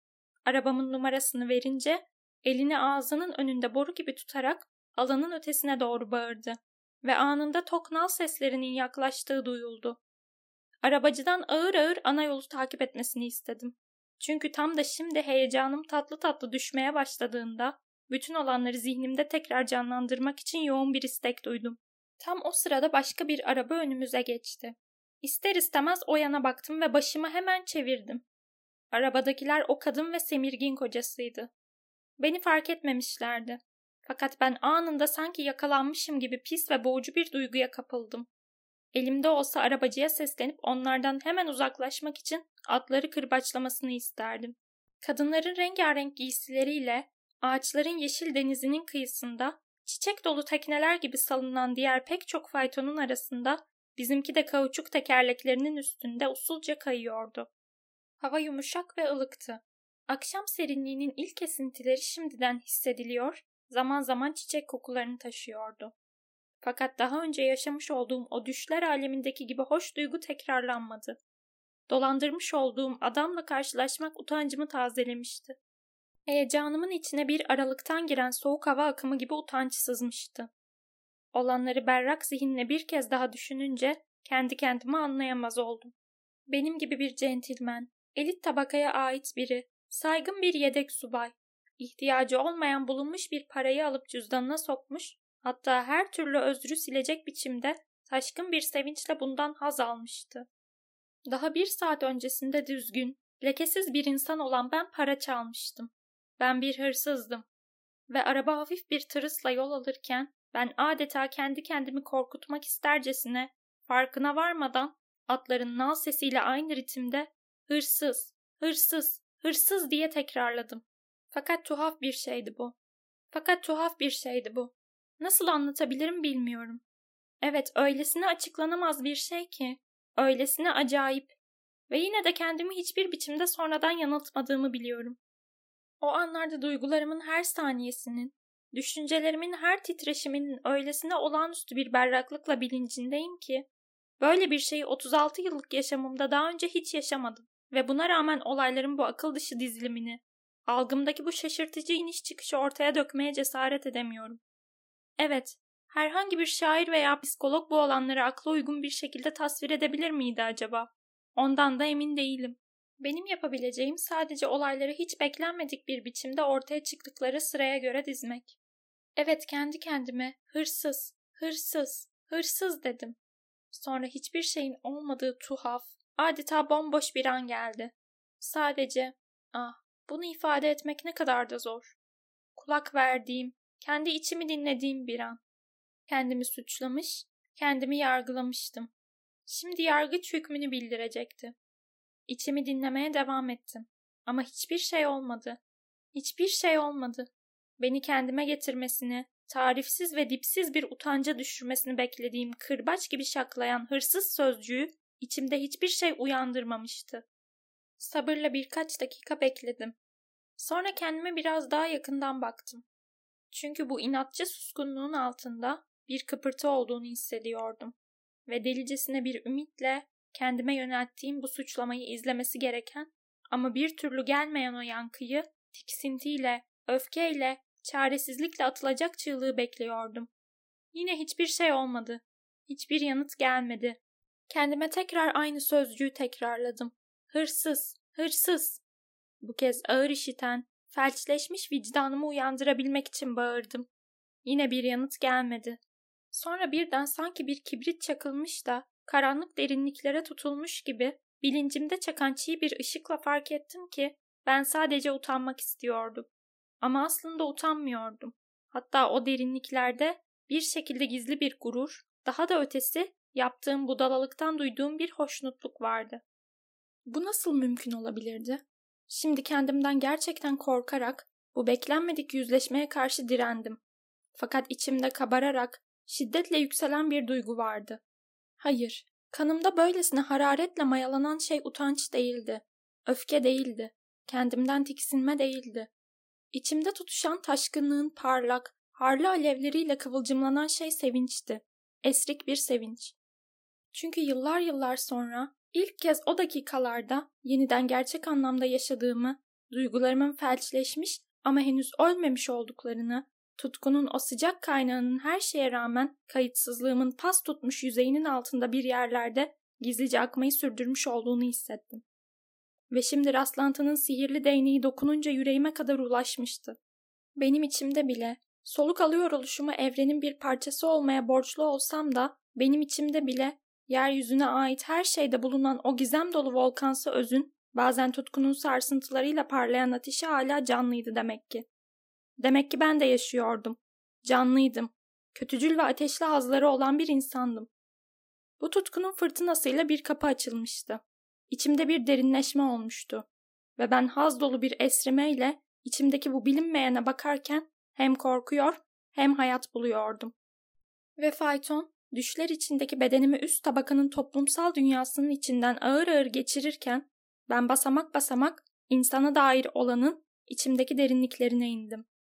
Arabamın numarasını verince elini ağzının önünde boru gibi tutarak alanın ötesine doğru bağırdı ve anında toknal seslerinin yaklaştığı duyuldu. Arabacıdan ağır ağır ana yolu takip etmesini istedim. Çünkü tam da şimdi heyecanım tatlı tatlı düşmeye başladığında bütün olanları zihnimde tekrar canlandırmak için yoğun bir istek duydum. Tam o sırada başka bir araba önümüze geçti. İster istemez o yana baktım ve başımı hemen çevirdim. Arabadakiler o kadın ve Semirgin kocasıydı. Beni fark etmemişlerdi. Fakat ben anında sanki yakalanmışım gibi pis ve boğucu bir duyguya kapıldım. Elimde olsa arabacıya seslenip onlardan hemen uzaklaşmak için atları kırbaçlamasını isterdim. Kadınların rengarenk giysileriyle ağaçların yeşil denizinin kıyısında çiçek dolu tekneler gibi salınan diğer pek çok faytonun arasında bizimki de kauçuk tekerleklerinin üstünde usulca kayıyordu. Hava yumuşak ve ılıktı. Akşam serinliğinin ilk esintileri şimdiden hissediliyor, zaman zaman çiçek kokularını taşıyordu. Fakat daha önce yaşamış olduğum o düşler alemindeki gibi hoş duygu tekrarlanmadı. Dolandırmış olduğum adamla karşılaşmak utancımı tazelemişti. Heyecanımın içine bir aralıktan giren soğuk hava akımı gibi utanç sızmıştı. Olanları berrak zihinle bir kez daha düşününce kendi kendimi anlayamaz oldum. Benim gibi bir centilmen, elit tabakaya ait biri, saygın bir yedek subay, ihtiyacı olmayan bulunmuş bir parayı alıp cüzdanına sokmuş, hatta her türlü özrü silecek biçimde taşkın bir sevinçle bundan haz almıştı. Daha bir saat öncesinde düzgün, lekesiz bir insan olan ben para çalmıştım. Ben bir hırsızdım. Ve araba hafif bir tırısla yol alırken ben adeta kendi kendimi korkutmak istercesine, farkına varmadan atların nal sesiyle aynı ritimde hırsız, hırsız, hırsız diye tekrarladım. Fakat tuhaf bir şeydi bu. Fakat tuhaf bir şeydi bu. Nasıl anlatabilirim bilmiyorum. Evet, öylesine açıklanamaz bir şey ki, öylesine acayip ve yine de kendimi hiçbir biçimde sonradan yanıltmadığımı biliyorum. O anlarda duygularımın her saniyesinin, düşüncelerimin her titreşiminin öylesine olağanüstü bir berraklıkla bilincindeyim ki, böyle bir şeyi otuz altı yıllık yaşamımda daha önce hiç yaşamadım ve buna rağmen olayların bu akıl dışı dizilimini, algımdaki bu şaşırtıcı iniş çıkışı ortaya dökmeye cesaret edemiyorum. Evet, herhangi bir şair veya psikolog bu olanları akla uygun bir şekilde tasvir edebilir miydi acaba? Ondan da emin değilim. Benim yapabileceğim sadece olayları hiç beklenmedik bir biçimde ortaya çıktıkları sıraya göre dizmek. Evet, kendi kendime hırsız, hırsız, hırsız dedim. Sonra hiçbir şeyin olmadığı tuhaf, adeta bomboş bir an geldi. Sadece, ah, bunu ifade etmek ne kadar da zor. Kulak verdiğim, kendi içimi dinlediğim bir an. Kendimi suçlamış, kendimi yargılamıştım. Şimdi yargıç hükmünü bildirecekti. İçimi dinlemeye devam ettim. Ama hiçbir şey olmadı. Hiçbir şey olmadı. Beni kendime getirmesini, tarifsiz ve dipsiz bir utanca düşürmesini beklediğim kırbaç gibi şaklayan hırsız sözcüğü içimde hiçbir şey uyandırmamıştı. Sabırla birkaç dakika bekledim. Sonra kendime biraz daha yakından baktım. Çünkü bu inatçı suskunluğun altında bir kıpırtı olduğunu hissediyordum. Ve delicesine bir ümitle kendime yönelttiğim bu suçlamayı izlemesi gereken ama bir türlü gelmeyen o yankıyı tiksintiyle, öfkeyle, çaresizlikle atılacak çığlığı bekliyordum. Yine hiçbir şey olmadı. Hiçbir yanıt gelmedi. Kendime tekrar aynı sözcüğü tekrarladım. Hırsız, hırsız. Bu kez ağır işiten, felçleşmiş vicdanımı uyandırabilmek için bağırdım. Yine bir yanıt gelmedi. Sonra birden sanki bir kibrit çakılmış da karanlık derinliklere tutulmuş gibi bilincimde çakan çiğ bir ışıkla fark ettim ki ben sadece utanmak istiyordum. Ama aslında utanmıyordum. Hatta o derinliklerde bir şekilde gizli bir gurur, daha da ötesi yaptığım budalalıktan duyduğum bir hoşnutluk vardı. Bu nasıl mümkün olabilirdi? Şimdi kendimden gerçekten korkarak bu beklenmedik yüzleşmeye karşı direndim. Fakat içimde kabararak şiddetle yükselen bir duygu vardı. Hayır, kanımda böylesine hararetle mayalanan şey utanç değildi. Öfke değildi. Kendimden tiksinme değildi. İçimde tutuşan taşkınlığın parlak, harlı alevleriyle kıvılcımlanan şey sevinçti. Esrik bir sevinç. Çünkü yıllar yıllar sonra ilk kez o dakikalarda yeniden gerçek anlamda yaşadığımı duygularımın felçleşmiş ama henüz ölmemiş olduklarını, tutkunun o sıcak kaynağının her şeye rağmen kayıtsızlığımın pas tutmuş yüzeyinin altında bir yerlerde gizlice akmayı sürdürmüş olduğunu hissettim. Ve şimdi rastlantının sihirli değneği dokununca yüreğime kadar ulaşmıştı. Benim içimde bile, soluk alıyor oluşumu evrenin bir parçası olmaya borçlu olsam da, benim içimde bile yeryüzüne ait her şeyde bulunan o gizem dolu volkansı özün, bazen tutkunun sarsıntılarıyla parlayan ateşi hala canlıydı demek ki. Demek ki ben de yaşıyordum. Canlıydım. Kötücül ve ateşli hazları olan bir insandım. Bu tutkunun fırtınasıyla bir kapı açılmıştı. İçimde bir derinleşme olmuştu. Ve ben haz dolu bir esrimeyle içimdeki bu bilinmeyene bakarken hem korkuyor hem hayat buluyordum. Ve fayton, düşler içindeki bedenimi üst tabakanın toplumsal dünyasının içinden ağır ağır geçirirken ben basamak basamak insana dair olanın içimdeki derinliklerine indim.